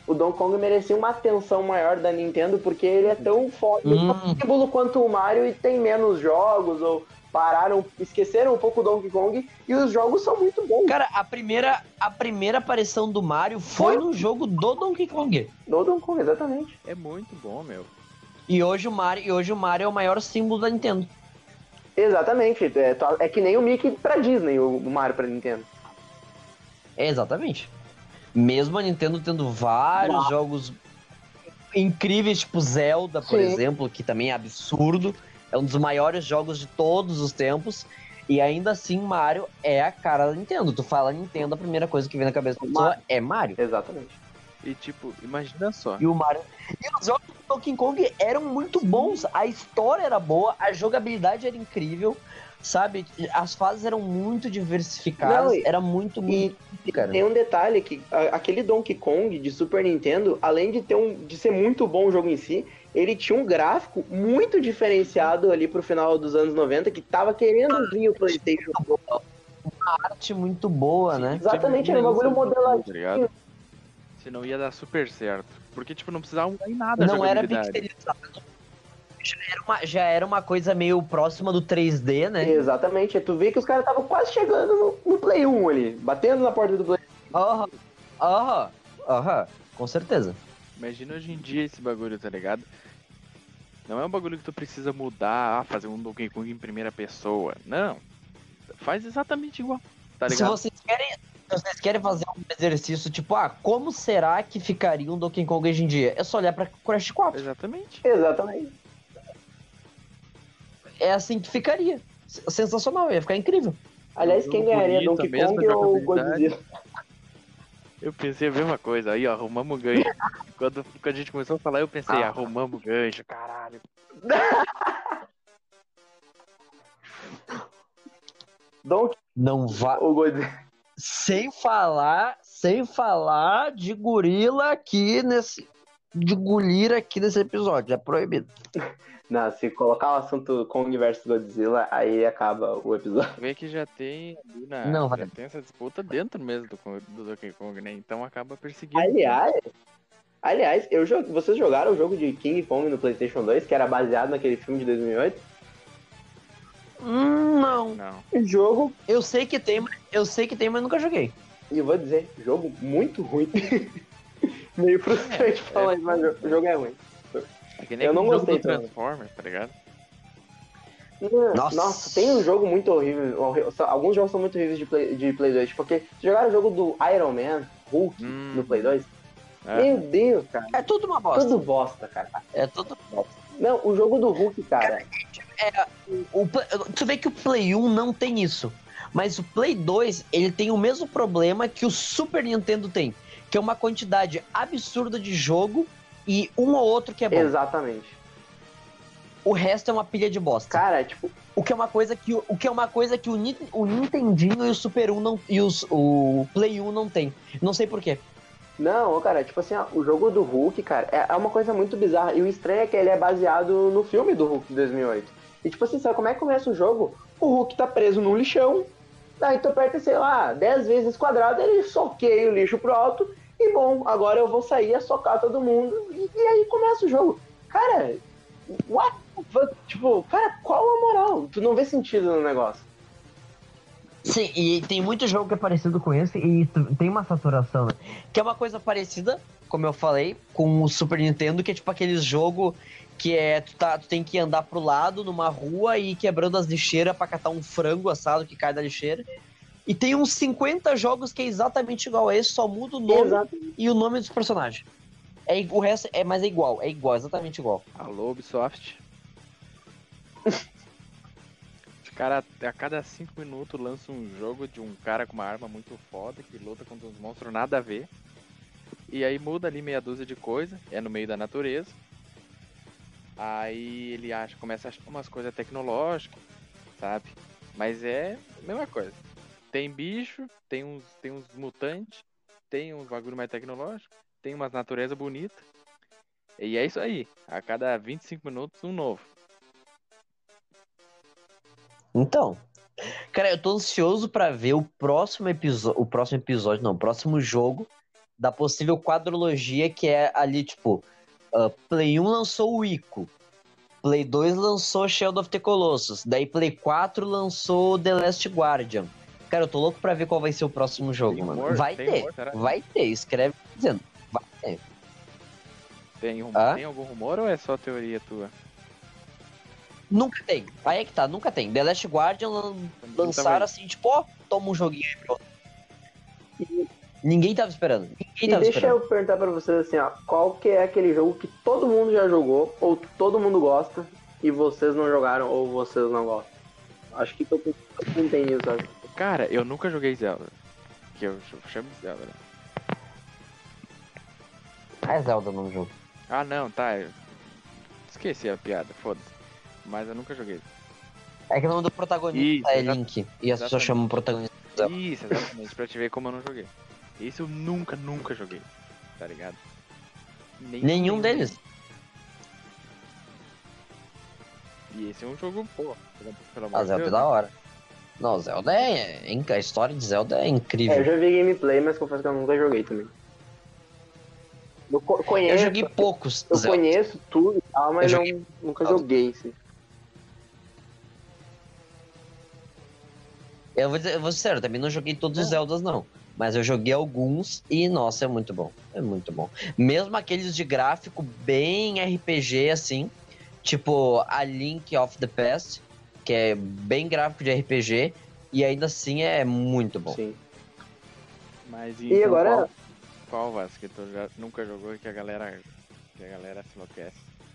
o Donkey Kong merecia uma atenção maior da Nintendo, porque ele é tão foda, Hum. tão símbolo quanto o Mario e tem menos jogos, ou pararam, esqueceram um pouco o Donkey Kong, e os jogos são muito bons. Cara, a primeira, a primeira aparição do Mario foi no jogo do Donkey Kong. Do Donkey Kong, exatamente. É muito bom, meu. E hoje o Mario, e hoje o Mario é o maior símbolo da Nintendo. Exatamente, é, é que nem o Mickey pra Disney, o Mario pra Nintendo. É, exatamente. Mesmo a Nintendo tendo vários Uau. jogos incríveis, tipo Zelda, por Sim. exemplo, que também é absurdo. É um dos maiores jogos de todos os tempos. E ainda assim, Mario é a cara da Nintendo. Tu fala Nintendo, a primeira coisa que vem na cabeça da pessoa Mario. é Mario. Exatamente. E tipo, imagina só. E o Mario. E os jogos do Donkey Kong eram muito bons. A história era boa, a jogabilidade era incrível, sabe? As fases eram muito diversificadas. Não, e- era muito, muito. cara. Tem um detalhe que a- aquele Donkey Kong de Super Nintendo, além de ter um de ser muito bom o jogo em si, ele tinha um gráfico muito diferenciado ali pro final dos anos noventa, que tava querendo vir o PlayStation. Arte muito boa, né? Exatamente, era um bagulho modeladinho. Tá ligado? Senão ia dar super certo. Porque, tipo, não precisava mudar em nada a Não era jogabilidade. pixelizado. Já era, uma, já era uma coisa meio próxima do três D, né? Exatamente, tu vê que os caras estavam quase chegando no, no Play um ali, batendo na porta do Play. Aham, aham, aham, com certeza. Imagina hoje em dia esse bagulho, tá ligado? Não é um bagulho que tu precisa mudar, ah, fazer um Donkey Kong em primeira pessoa. Não. Faz exatamente igual, tá Se ligado? vocês querem, se vocês querem fazer um exercício tipo, ah, como será que ficaria um Donkey Kong hoje em dia? É só olhar pra Crash quatro. Exatamente. Exatamente. É assim que ficaria. S- Sensacional, ia ficar incrível. Aliás, Um quem jogo ganharia, bonito, Donkey a mesma Kong ou jogabilidade. Godzilla? Eu pensei a mesma coisa, aí ó, arrumamos o gancho. quando, quando a gente começou a falar, eu pensei, Ah. arrumamos o gancho, caralho. Donkey Não vá. ou Godzilla? Sem falar, sem falar de gorila aqui nesse. De gorila aqui nesse episódio. É proibido. Não, se colocar o assunto Kong versus Godzilla, aí acaba o episódio. Vê que já tem ali na. Não, já vai. tem essa disputa dentro mesmo do, Kong- do Donkey Kong, né? Então acaba perseguindo. Aliás, aliás eu jo- vocês jogaram o jogo de King Kong no PlayStation dois, que era baseado naquele filme de dois mil e oito? Hum, não. Não. O jogo, Eu sei que tem, mas- eu sei que tem, mas nunca joguei. e eu vou dizer, jogo muito ruim. Meio frustrante É, falar é. isso, mas o jogo é ruim. É que nem Eu não aquele jogo gostei do também. Transformers, tá ligado? Nossa. Nossa. Tem um jogo muito horrível. horrível- são- Alguns jogos são muito horríveis de Play, de Play dois. Porque vocês jogaram o jogo do Iron Man, Hulk, Hum. no Play dois? É. Meu Deus, cara. É tudo uma bosta. Tudo bosta, cara. É tudo bosta. Não, o jogo do Hulk, cara. O, Play- tu vê que o Play um não tem isso. Mas o Play dois, ele tem o mesmo problema que o Super Nintendo tem. Que é uma quantidade absurda de jogo e um ou outro que é bom. Exatamente. O resto é uma pilha de bosta. Cara, tipo, O que é uma coisa que o, o que é uma coisa que o, Ni- o Nintendinho e o Super um não e os, o Play um não tem. Não sei porquê. não, cara, tipo assim, ó, o jogo do Hulk, cara, é, é uma coisa muito bizarra. E o estranho é que ele é baseado no filme do Hulk de dois mil e oito. E tipo assim, sabe como é que começa o jogo? O Hulk tá preso num lixão. Aí tu aperta, sei lá, dez vezes quadrado, ele soqueia o lixo pro alto. E bom, agora eu vou sair a socar todo mundo. E, e aí começa o jogo. Cara, what the fuck? Tipo, cara, qual a moral? Tu não vê sentido no negócio. Sim, e tem muito jogo que é parecido com esse e tu- tem uma saturação, né? Que é uma coisa parecida, como eu falei, com o Super Nintendo, que é tipo aquele jogo que é tu, tá, tu tem que andar pro lado numa rua e ir quebrando as lixeiras pra catar um frango assado que cai da lixeira. E tem uns cinquenta jogos que é exatamente igual a esse, só muda o nome Exato. e o nome dos personagens. É, i- o resto é, mas é igual, é igual, exatamente igual. Alô, Ubisoft. Os caras a cada cinco minutos lançam um jogo de um cara com uma arma muito foda que luta contra uns monstros nada a ver. E aí muda ali meia dúzia de coisa, é no meio da natureza. Aí ele acha, começa a achar umas coisas tecnológicas, sabe? Mas é a mesma coisa. Tem bicho, tem uns, tem uns mutantes, tem uns bagulho mais tecnológico, tem umas natureza bonita. E é isso aí. A cada vinte e cinco minutos, um novo. Então, cara, eu tô ansioso pra ver o próximo episódio, o próximo episódio, não, o próximo jogo da possível quadrologia que é ali, tipo, uh, Play um lançou o Ico, Play dois lançou Shadow of the Colossus, daí Play quatro lançou The Last Guardian. Cara, eu tô louco pra ver qual vai ser o próximo jogo, Tem mano. humor? Vai Tem ter, humor, será? vai ter, escreve dizendo, vai ter. Tem, rum- Hã? tem algum rumor ou é só teoria tua? Nunca tem, aí é que tá, nunca tem. The Last Guardian lan- Quando lançaram tava- assim, tipo, ó, toma um joguinho aí pra outro. E ninguém tava esperando, ninguém E tava deixa esperando. eu perguntar pra vocês assim, ó, qual que é aquele jogo que todo mundo já jogou, ou que todo mundo gosta, e vocês não jogaram, ou vocês não gostam? Acho que todo todo mundo tem isso, sabe? Cara, eu nunca joguei Zelda. Que eu ch- chamo de Zelda, né? É Zelda no jogo. Ah, não, tá. eu Esqueci a piada, foda-se. Mas eu nunca joguei. É que o nome do protagonista Isso, é exa- Link, e as pessoas exatamente. chamam o protagonista de Zelda. Isso, exatamente, pra te ver como eu não joguei. Esse eu nunca, nunca joguei, tá ligado? Nenhum, Nenhum deles. E esse é um jogo, pô, pelo, pelo amor A de Zelda é Deus. da né? hora. Não, Zelda é, é inc- a história de Zelda é É, eu incrível. já vi gameplay, mas confesso que eu nunca joguei também. Eu co- Eu conheço, joguei poucos eu Zelda. conheço tudo e tal, mas Eu não, joguei- nunca joguei, assim. Eu vou dizer, eu vou ser sério, eu também não joguei todos os Zeldas, não. Mas eu joguei alguns e, nossa, é muito bom. É muito bom. Mesmo aqueles de gráfico bem R P G, assim, tipo a Link of the Past, que é bem gráfico de R P G, e ainda assim é muito bom. Sim. Mas E então, agora, qual, qual Vasco que tu já nunca jogou e que a galera, que a galera se enlouquece?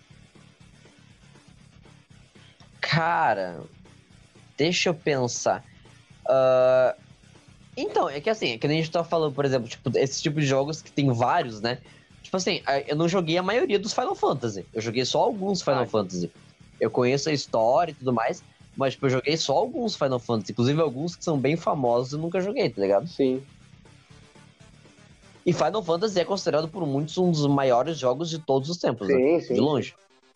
Cara, deixa eu pensar. Ah, então, é que assim, é que nem a gente tá falando, por exemplo, tipo, esse tipo de jogos que tem vários, né? Tipo assim, a- eu não joguei a maioria dos Final Fantasy. Eu joguei só alguns Final Ah, Fantasy. Eu conheço a história e tudo mais, mas tipo, eu joguei só alguns Final Fantasy. Inclusive alguns que são bem famosos eu nunca joguei, tá ligado? sim. E Final Fantasy é considerado por muitos um dos maiores jogos de todos os tempos, Sim, né? sim. De longe.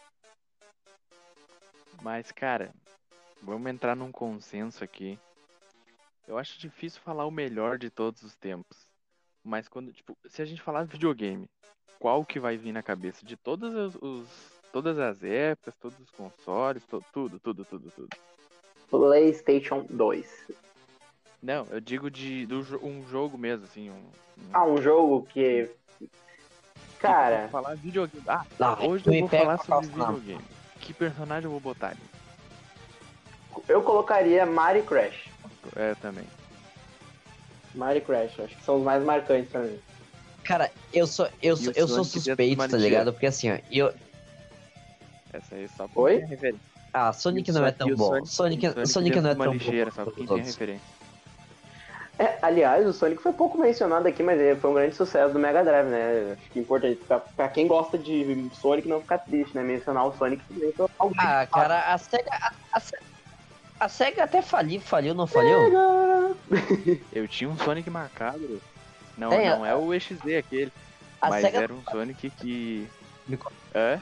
Mas, cara, vamos entrar num consenso aqui. Eu acho difícil falar o melhor de todos os tempos. Mas quando, tipo, se a gente falar videogame, qual que vai vir na cabeça de todas as, os, todas as épocas, todos os consoles, to- tudo, tudo, tudo, tudo. PlayStation dois. Não, eu digo de do, jo- um jogo mesmo, assim, um, um Ah, um jogo que... Cara, Vou falar videogame. Ah, Não, hoje tu eu me vou pega falar com a sobre calça na mão. videogame. Que personagem eu vou botar ali? eu colocaria Mario e Crash. É, também. Mario e Crash, acho que são os mais marcantes pra mim. Cara, eu sou, eu sou, o eu sou Sonic dentro de suspeito, uma tá lixeira. ligado? Porque assim, ó, eu, Essa aí só pra Oi? quem tem referência. ah, Sonic E o não é Son- tão e o bom. Sonic- Sonic, o Sonic Sonic dentro não é de uma tão lixeira, bom só pra quanto quem os tem outros. referência. É, aliás, o Sonic foi pouco mencionado aqui, mas ele foi um grande sucesso do Mega Drive, né? Acho que é importante, pra, pra quem gosta de Sonic não ficar triste, né? Mencionar o Sonic também foi algo Ah, cara, a SEGA. A, a, Se- a SEGA até faliu, faliu, não faliu? Eu tinha um Sonic macabro. Não, Tem, não é o E X D aquele. A mas SEGA. era um Sonic que. Me co- É?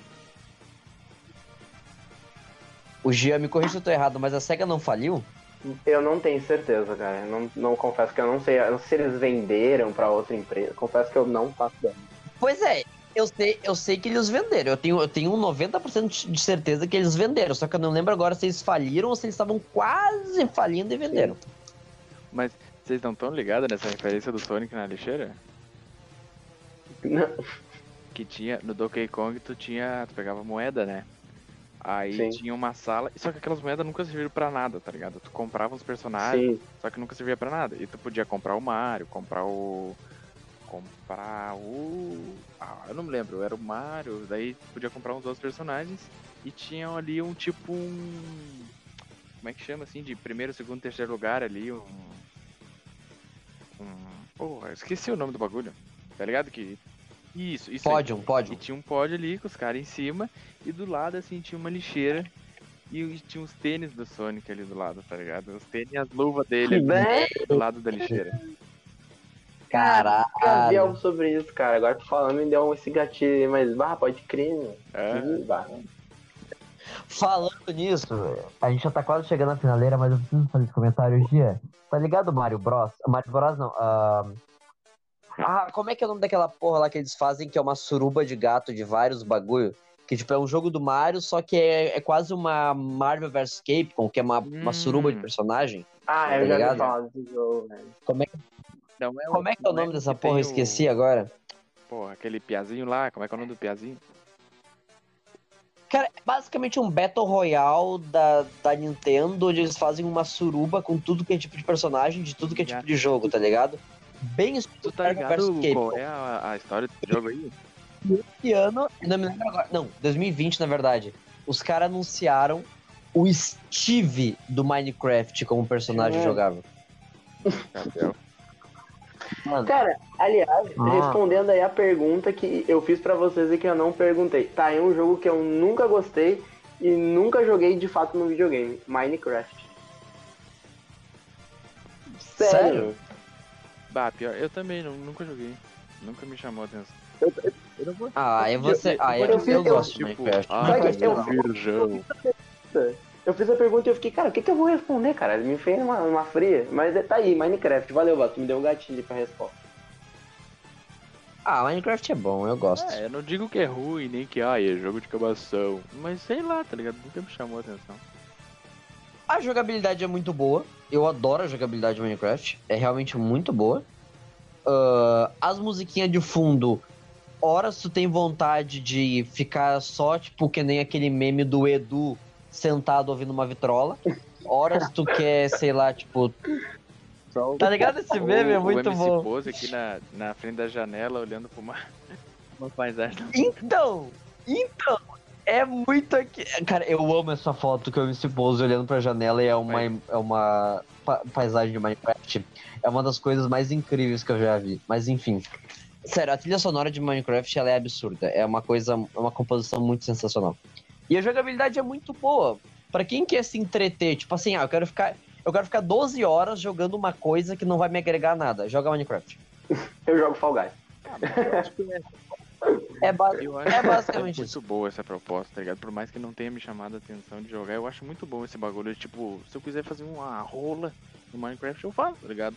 O Gia me corrija se eu tô errado, mas a SEGA não faliu? Eu não tenho certeza, cara. Eu Não, não confesso que eu não sei. Eu não sei se eles venderam pra outra empresa. Confesso que eu não faço ideia. Pois é, eu sei, eu sei que eles venderam. Eu tenho, eu tenho um noventa por cento de certeza que eles venderam. Só que eu não lembro agora se eles faliram ou se eles estavam quase falindo e venderam. Mas vocês não estão ligados nessa referência do Sonic na lixeira? Não. Que tinha. No Donkey Kong tu tinha. Tu pegava moeda, né? Aí Sim. tinha uma sala. Só que aquelas moedas nunca serviram pra nada, tá ligado? Tu comprava os personagens, Sim. só que nunca servia pra nada. E tu podia comprar o Mario, comprar o. Comprar o. Ah, eu não me lembro, era o Mario. Daí tu podia comprar uns outros personagens. E tinham ali um tipo um. Como é que chama assim? De primeiro, segundo, terceiro lugar ali. Um. Um. Porra, eu esqueci o nome do bagulho. Tá ligado? Que. Isso, isso aí. Pódio, E pódio. tinha um pódio ali com os caras em cima. E do lado, assim, tinha uma lixeira. E, e tinha os tênis do Sonic ali do lado, tá ligado? Os tênis e as luvas dele ali Né? do lado da lixeira. Eu já vi Caralho. algo sobre isso, cara. Agora tô falando me deu esse gatilho aí, mas bah, pode crer, meu. É. Ih, bah. Falando nisso, velho, a gente já tá quase chegando na finaleira, mas eu preciso fazer esse comentário, Gia. Tá ligado o Mario Bros? Mario Bros não. ah, Ah, como é que é o nome daquela porra lá que eles fazem, que é uma suruba de gato de vários bagulho? Que, tipo, é um jogo do Mario, só que é, é quase uma Marvel versus. Capcom, que é uma, uma suruba de Hum, personagem, Ah, tá eu já ouvi ligado? falar desse jogo, velho. Como é, não é o, como é que é o não é nome o dessa que porra? tem Eu esqueci o. agora. Porra, aquele piazinho lá, como é que é o nome do piazinho? Cara, é basicamente um Battle Royale da, da Nintendo, onde eles fazem uma suruba com tudo que é tipo de personagem, de tudo que é tipo de jogo, tá ligado? Bem Tu estilo tá Marvel versus. ligado qual Capcom. é a, a história desse jogo aí? Esse ano, não me lembro agora, não, dois mil e vinte na verdade, os caras anunciaram o Steve do Minecraft como personagem Caralho. jogável. Gabriel. Mano, Cara, aliás, ah, respondendo aí a pergunta que eu fiz pra vocês e que eu não perguntei. Tá, é um jogo que eu nunca gostei e nunca joguei de fato no videogame. Minecraft. Sério? Sério? Bah, pior, eu também não- nunca joguei. Nunca me chamou a atenção. Eu, eu, Eu não vou, Ah, eu vou ser. não Ah, vou eu, dizer eu que eu, gosto de tipo, Minecraft. ah, Sabe, Minecraft é eu- legal. um virgão. eu fiz a pergunta e eu fiquei, cara, o que, que eu vou responder, cara? Me fez uma, uma fria. Mas é, tá aí, Minecraft. Valeu, Bato. Me deu um gatilho pra resposta. Ah, Minecraft é bom, eu gosto. É, eu não digo que é ruim, nem que ah, é jogo de acabação. Mas sei lá, tá ligado? Nunca me chamou a atenção. A jogabilidade é muito boa. Eu adoro a jogabilidade de Minecraft. É realmente muito boa. Ah, as musiquinhas de fundo, horas tu tem vontade de ficar só, tipo, que nem aquele meme do Edu sentado ouvindo uma vitrola. Horas tu quer, sei lá, tipo. Tá ligado? Esse meme é Ou o muito M C bom. Pose aqui na, na frente da janela, olhando pra uma, uma paisagem. Então, então, é muito aqui. Cara, eu amo essa foto que eu me pose olhando pra janela e é uma, Pai. é uma pa- paisagem de Minecraft. É uma das coisas mais incríveis que eu já vi. Mas enfim. Sério, a trilha sonora de Minecraft ela é absurda. É uma coisa, é uma composição muito sensacional. E a jogabilidade é muito boa. Pra quem quer se entreter, tipo assim, ah, eu quero ficar. Eu quero ficar doze horas jogando uma coisa que não vai me agregar nada. Joga Minecraft. Eu jogo Fall Guys. Ah, mas eu acho que é. É, ba- Eu acho é que basicamente muito isso. boa essa proposta, tá ligado? Por mais que não tenha me chamado a atenção de jogar, eu acho muito bom esse bagulho. Tipo, se eu quiser fazer uma rola no Minecraft, eu faço, tá ligado?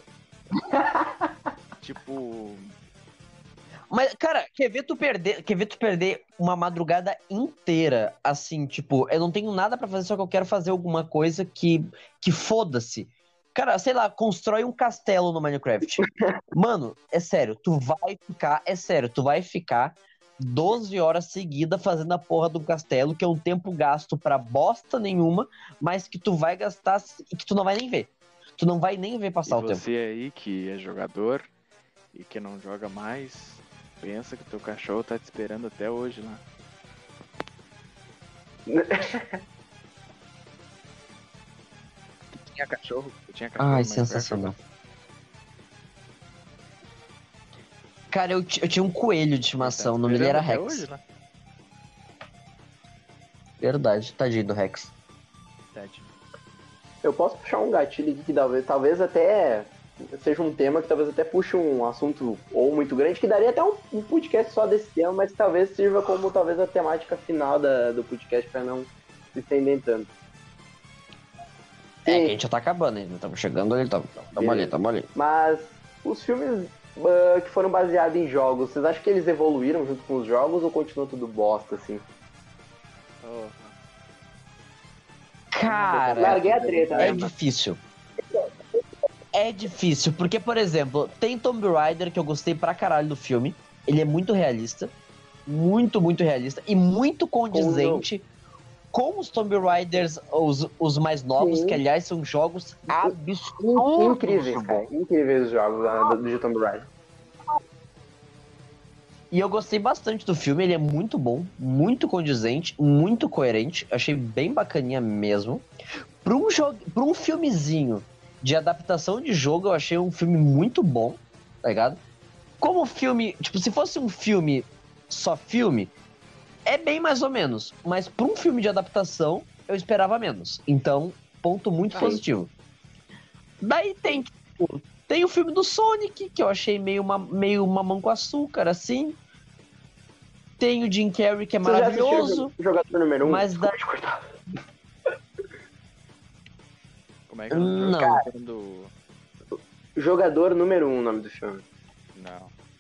Tipo, Mas, cara, quer ver tu perder, quer ver tu perder uma madrugada inteira, assim, tipo, eu não tenho nada pra fazer, só que eu quero fazer alguma coisa que, que foda-se. Cara, sei lá, constrói um castelo no Minecraft. Mano, é sério, tu vai ficar, é sério, tu vai ficar doze horas seguidas fazendo a porra do castelo, que é um tempo gasto pra bosta nenhuma, mas que tu vai gastar e que tu não vai nem ver. Tu não vai nem ver e passar o tempo. você aí que é jogador e que não joga mais, pensa que teu cachorro tá te esperando até hoje lá. Tu tinha cachorro? Tu tinha cachorro Ai, no Minecraft? sensacional. Cara, eu, ti- eu tinha um coelho de Ele tá estimação, te o nome dele era esperando até Rex. hoje lá. Verdade, tadinho do Rex. Tadinho. Eu posso puxar um gatilho aqui que talvez, talvez até seja um tema que talvez até puxe um assunto ou muito grande, que daria até um, um podcast só desse tema, mas que talvez sirva como talvez a temática final da, do podcast para não se estender tanto. É, Sim. que a gente já tá acabando ainda, estamos chegando ali, tamo, tamo ali, Beleza. tamo ali. Mas os filmes ah, que foram baseados em jogos, vocês acham que eles evoluíram junto com os jogos ou continua tudo bosta, assim? Oh, Cara, Larguei a treta, é né? difícil. É difícil, porque, por exemplo, tem Tomb Raider que eu gostei pra caralho do filme. Ele é muito realista. Muito, muito realista. E muito condizente com os Tomb Raiders, os, os mais novos, Sim. que aliás são jogos absurdos. Incríveis, cara. Incríveis os jogos ah, do de Tomb Raider. E eu gostei bastante do filme, ele é muito bom, muito condizente, muito coerente. Achei bem bacaninha mesmo. Pra um, jo- pra um filmezinho de adaptação de jogo, eu achei um filme muito bom, tá ligado? Como filme, tipo, se fosse um filme só filme, é bem mais ou menos. Mas pra um filme de adaptação, eu esperava menos. Então, ponto muito Ah, positivo. Daí tem, tipo, tem o filme do Sonic, que eu achei meio, uma, meio mamão com açúcar, assim. Tem o Jim Carrey, que é Vocês já assistiram maravilhoso. o jogador número um? Mas da- Desculpa te cortar. como é que é o nome do Não. jogo? Do... Jogador número um, o nome do filme. Não.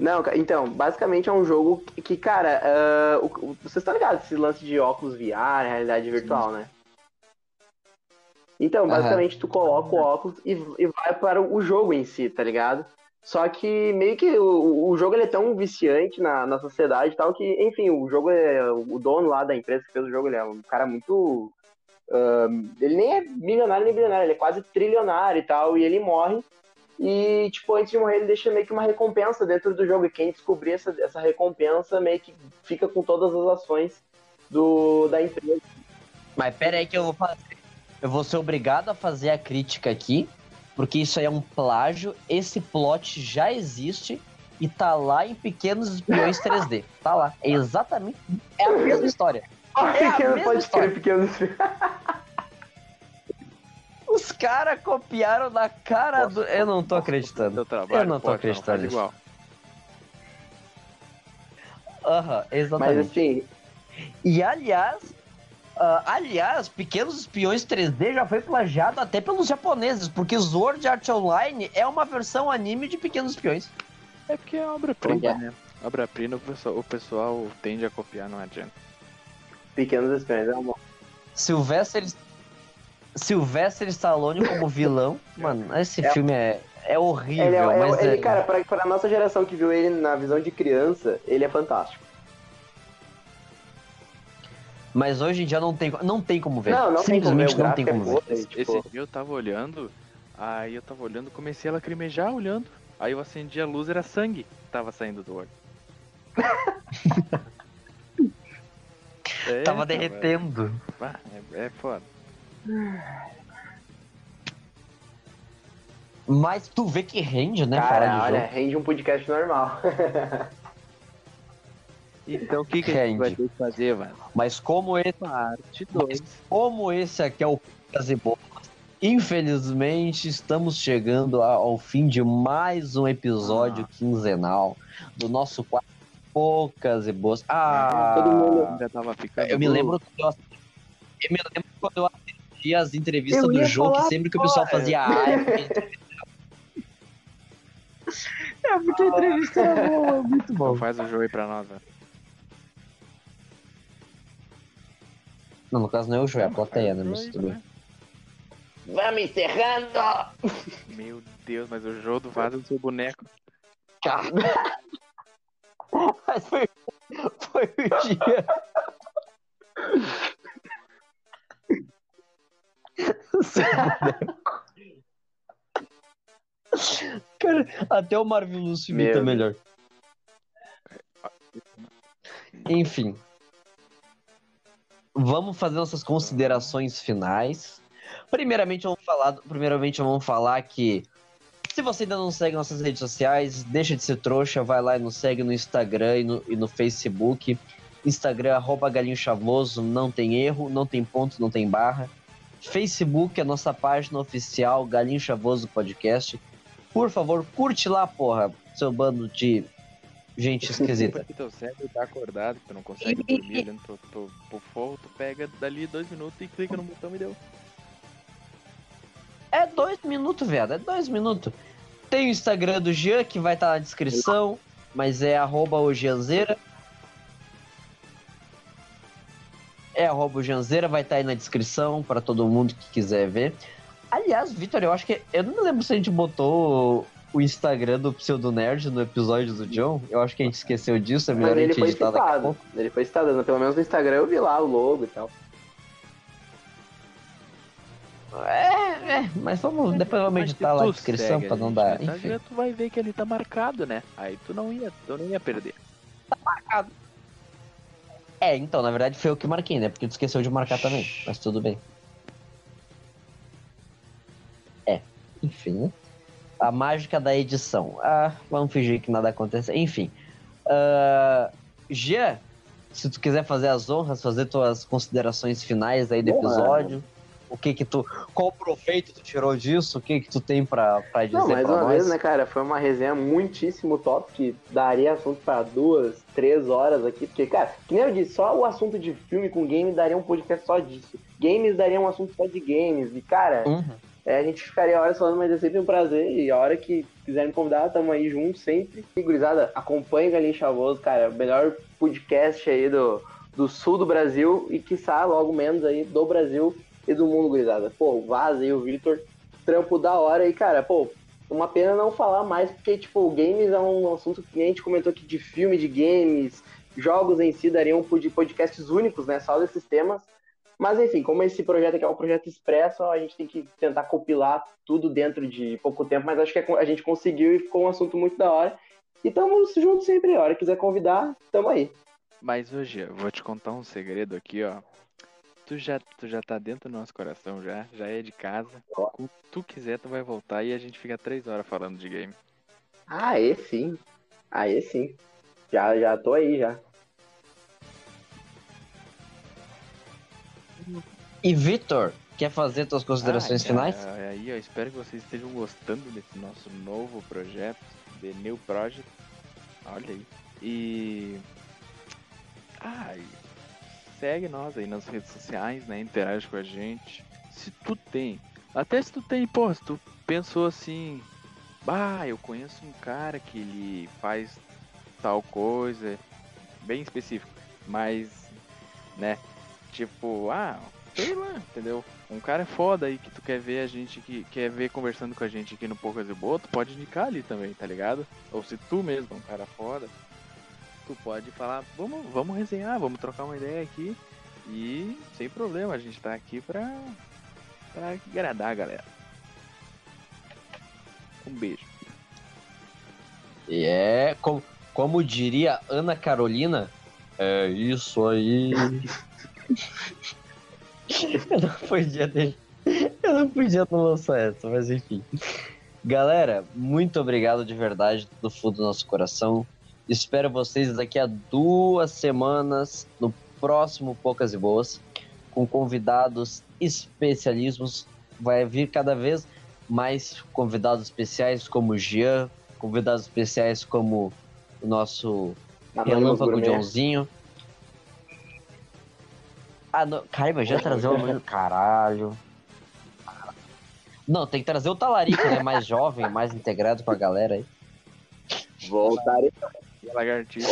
Não, ca- então, basicamente é um jogo que, que, cara, ah, o- o- vocês estão ligados esse lance de óculos V R, realidade virtual, né? Então, Aham. basicamente, tu coloca o óculos e, e vai para o jogo em si, tá ligado? Só que meio que o, o jogo ele é tão viciante na, na sociedade e tal que, enfim, o jogo é. O dono lá da empresa que fez o jogo, ele é um cara muito. Ele nem é milionário nem bilionário, ele é quase trilionário e tal, e ele morre. E, tipo, antes de morrer, ele deixa meio que uma recompensa dentro do jogo. E quem descobrir essa, essa recompensa meio que fica com todas as ações do, da empresa. Mas pera aí que eu vou fazer. Eu vou ser obrigado a fazer a crítica aqui, porque isso aí é um plágio. Esse plot já existe e tá lá em Pequenos Espiões três D. Tá lá. É exatamente. É a mesma história. Ah, É a pequeno, mesma pode história. crer, pequenos. Os caras copiaram na cara do. Eu não tô acreditando. Teu trabalho, Eu não tô pode, acreditando faz nisso. igual. Aham, Mas exatamente. assim, E aliás, ah, aliás, Pequenos Espiões três D já foi plagiado até pelos japoneses, porque Sword Art Online é uma versão anime de Pequenos Espiões. É porque é Como é obra-prima, que é? né? Obra-prima, o pessoal, o pessoal tende a copiar, não adianta. pequenos espiões é uma. Sylvester, Sylvester Stallone como vilão, mano, esse É- filme é, é Ele, horrível, é, mas é, ele, é... cara, pra, pra nossa geração que viu ele na visão de criança, ele é fantástico. Mas hoje em dia não tem, não tem como ver. Não, não tem como ver, Simplesmente o não tem gráfico como é ver. podre, Esse, tipo, esse dia eu tava olhando, aí eu tava olhando, comecei a lacrimejar olhando. Aí eu acendi a luz, era sangue que tava saindo do olho. É, Tava derretendo. Ah, é, é foda. Mas tu vê que rende, né, falar cara, de olha, jogo. rende um podcast normal. Então o que, que a gente Rende. vai ter que fazer, mano? Mas como esse, Parte mas dois. como esse aqui é o Poucas e Boas, infelizmente estamos chegando a- ao fim de mais um episódio Ah. quinzenal do nosso quadro Poucas e Boas. Ah, Todo mundo- Ainda tava ficando. eu me lembro quando eu, assisti- eu me lembro quando eu assisti as entrevistas Eu do ia jogo, que falar sempre que o pessoal agora. fazia ah, é porque é porque a entrevista era boa, é muito Então bom. faz o jogo aí pra nós, velho. Não, no caso não é o jogo, é a Não, plateia, faz né? o Mas jogo aí, tudo bem. né? Vamos encerrando! Meu Deus, mas o jogo do vaso do seu boneco. Cara. Mas foi, foi o dia. Seu boneco. Cara, até o Marvin Lúcio imita Meu melhor. Enfim. Vamos fazer nossas considerações finais. Primeiramente, vamos falar, primeiramente, vamos falar que se você ainda não segue nossas redes sociais, deixa de ser trouxa, vai lá e nos segue no Instagram e no, e no Facebook. Instagram, arroba Galinho Chavoso, não tem erro, não tem ponto, não tem barra. Facebook, a nossa página oficial, Galinho Chavoso Podcast. Por favor, curte lá, porra, seu bando de gente esquisita. Porque teu cérebro tá acordado, que tu não consegue dormir olhando pro, pro, pro forro, tu pega dali dois minutos e clica no botão e deu. É dois minutos, viado, é dois minutos. Tem o Instagram do Jean, que vai estar na descrição, mas é arroba o Gianzeira. É arroba o Gianzeira, vai estar aí na descrição para todo mundo que quiser ver. Aliás, Vitor, eu acho que... Eu não me lembro se a gente botou o Instagram do Pseudo Nerd no episódio do John. Eu acho que a gente esqueceu disso, é melhor Mas a ele gente foi editar daqui a citado. pouco. Ele foi citado. Pelo menos no Instagram eu vi lá o logo e tal. É, é, mas vamos, depois vamos Mas se editar lá tu a descrição segue pra a não gente dar... no Enfim. Instagram, tu vai ver que ali tá marcado, né? Aí tu não ia, tu não ia perder. É, então, na verdade foi eu que marquei, né? Porque tu esqueceu de marcar também, mas tudo bem. É, enfim. A mágica da edição. Ah, vamos fingir que nada acontece. Enfim. Uh, Jean, se tu quiser fazer as honras, fazer tuas considerações finais aí do Boa. episódio. O que que tu... Qual proveito tu tirou disso? O que que tu tem pra, pra dizer Não, mais pra uma nós? vez, né, cara? Foi uma resenha muitíssimo top, que daria assunto pra duas, três horas aqui. Porque, cara, que nem eu disse, só o assunto de filme com game daria um podcast só disso. Games daria um assunto só de games. E, cara, Uhum. É, a gente ficaria horas falando, mas é sempre um prazer. E a hora que quiser me convidar, tamo aí juntos sempre. E, gurizada, acompanhe o Galinho Chavoso, cara. O melhor podcast aí do, do sul do Brasil e, quiçá, logo menos aí, do Brasil e do mundo, gurizada. Pô, o Vaz aí, o Victor, trampo da hora. E, cara, pô, uma pena não falar mais, porque, tipo, games é um assunto que a gente comentou aqui de filme, de games, jogos em si, dariam podcasts únicos, né, só desses temas. Mas, enfim, como esse projeto aqui é um projeto expresso, a gente tem que tentar compilar tudo dentro de pouco tempo, mas acho que a gente conseguiu e ficou um assunto muito da hora. E estamos juntos sempre, a hora que quiser convidar, tamo aí. Mas hoje, eu vou te contar um segredo aqui, ó. Tu já, tu já tá dentro do nosso coração, já, já é de casa. Quando tu quiser, tu vai voltar e a gente fica três horas falando de game. Ah, aí sim, aí sim. Já, já tô aí, já. E Victor, quer fazer suas considerações ah, finais? É, aí, eu espero que vocês estejam gostando desse nosso novo projeto, The New Project. Olha aí. E... Ah, e segue nós aí nas redes sociais, né? Interage com a gente. Se tu tem, até se tu tem, pô, se tu pensou assim, bah, eu conheço um cara que ele faz tal coisa, bem específico, mas, né, tipo, ah, sei lá, entendeu? Um cara é foda aí que tu quer ver a gente, que quer ver conversando com a gente aqui no Poucas e Boa, tu pode indicar ali também, tá ligado? Ou se tu mesmo é um cara foda, tu pode falar, vamos, vamos resenhar, vamos trocar uma ideia aqui e sem problema, a gente tá aqui pra, pra agradar a galera. Um beijo. E é, como, como diria Ana Carolina, é isso aí. Eu não podia deixar, eu não podia não lançar essa, mas enfim. Galera, muito obrigado de verdade, do fundo do nosso coração. Espero vocês daqui a duas semanas no próximo Poucas e Boas, com convidados especialíssimos. Vai vir cada vez mais convidados especiais como o Jean, convidados especiais como o nosso Relâmpago Joãozinho. Ah, não. Caramba, já trazer o caralho. Não, tem que trazer o Talarico, né? Mais jovem, mais integrado com a galera aí. Voltarei. E a lagartixa.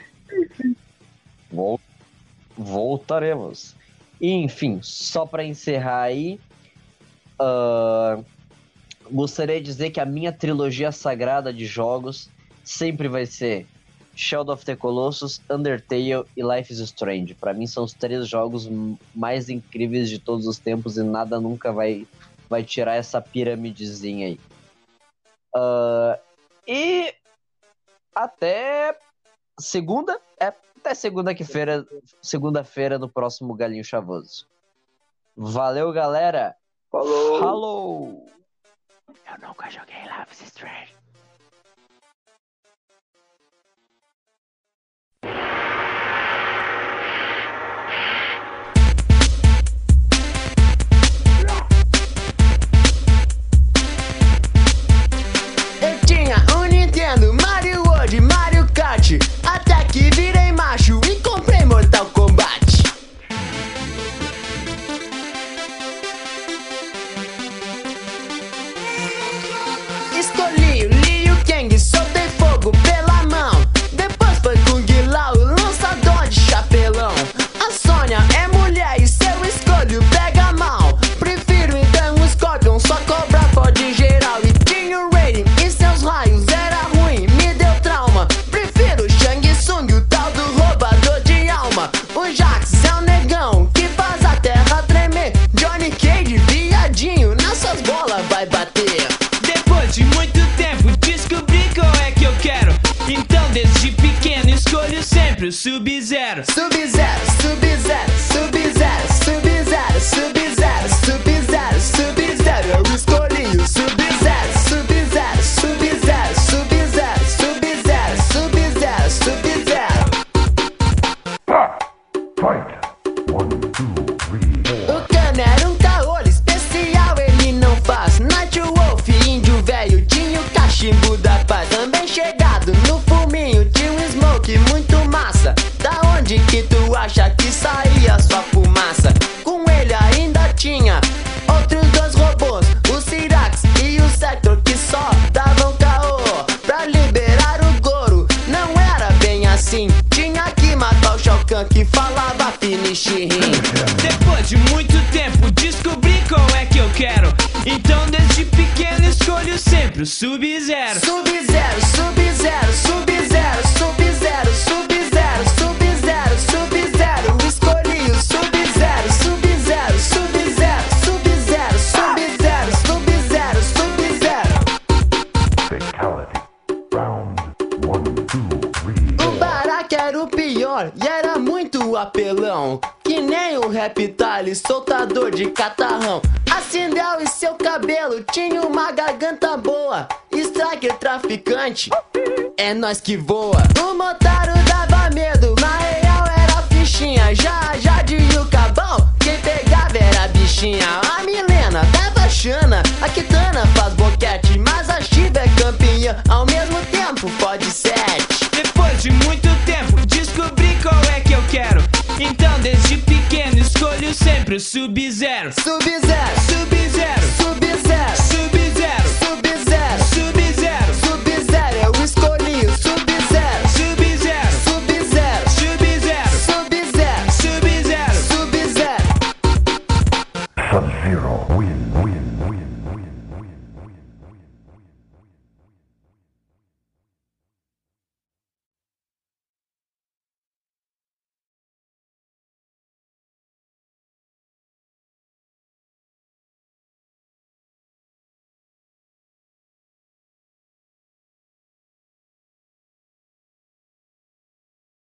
Vol- Voltaremos. E, enfim, só pra encerrar aí, uh, gostaria de dizer que a minha trilogia sagrada de jogos sempre vai ser Shadow of the Colossus, Undertale e Life is Strange. Pra mim são os três jogos mais incríveis de todos os tempos e nada nunca vai, vai tirar essa piramidezinha aí. Uh, e até segunda, é, até segunda-feira, segunda-feira no próximo Galinho Chavoso. Valeu, galera! Falou! Falou! Eu nunca joguei Life is Strange. Eu tinha um Nintendo, Mario World, Mario Kart, até que virei macho e comprei Mortal Kombat. Escolhi o Liu Kang, soltei fogo pela mão. Depois foi Kung Lao, lançador de chapelão. A Sônia é mulher e seu escolho pega mal. Prefiro então o Scorpion, só cobra pode geral. E tinha o Raiden e seus raios era ruim, me deu trauma. Prefiro Shang Tsung, o tal do roubador de alma. O Jax é um negão que faz a terra tremer. Johnny Cage, viadinho, nessas bolas vai bater. Depois de muito tempo descobri qual é que eu quero. Então desde pequeno escolho sempre o Sub-Zero. Sub-Zero, Sub-Zero, Sub-Zero, Sub-Zero, Sub-Zero, Sub-Zero, Sub-Zero. Eu escolhi o Sub-Zero, Sub-Zero, Sub-Zero, Sub-Zero, Sub-Zero, Sub-Zero, Sub-Zero. O Kano era um caolho especial, ele não faz. Night Wolf, índio velho, tinha o cachimbo da paz. Também chegado no fuminho, tinha um smoke muito massa. Da onde que tu acha que saía sua fumaça? Com ele ainda tinha outros dois robôs, o Tinha que matar o Shao Kahn que falava finish him. Depois de muito tempo descobri qual é que eu quero. Então desde pequeno escolho sempre o Sub-Zero. Sub-Zero, Sub-Zero, Sub-Zero, Sub-Zero, Sub-Zero, Sub-Zero, Sub-Zero. Escolhi o Sub-Zero, Sub-Zero, Sub-Zero, Sub-Zero, Sub-Zero, Sub-Zero, Sub-Zero. Fatality. Round one, two, three. O Baraka era o pior e era muito apelão. Que nem o Reptile, soltador de catarrão. A Sindel e seu cabelo tinha uma garganta boa. Striker traficante, é nós que voa. O Motaro dava medo, na real era fichinha. Já a Jade e o Cabal, quem pegava era bichinha. A Milena dava Xana, a Kitana faz boquete. Mas a Shiva é campeã, ao mesmo tempo pode sete. Depois de muito tempo descobri qual é que eu quero. Então desde pequeno escolho sempre o Sub-Zero. Sub-Zero, Sub-Zero.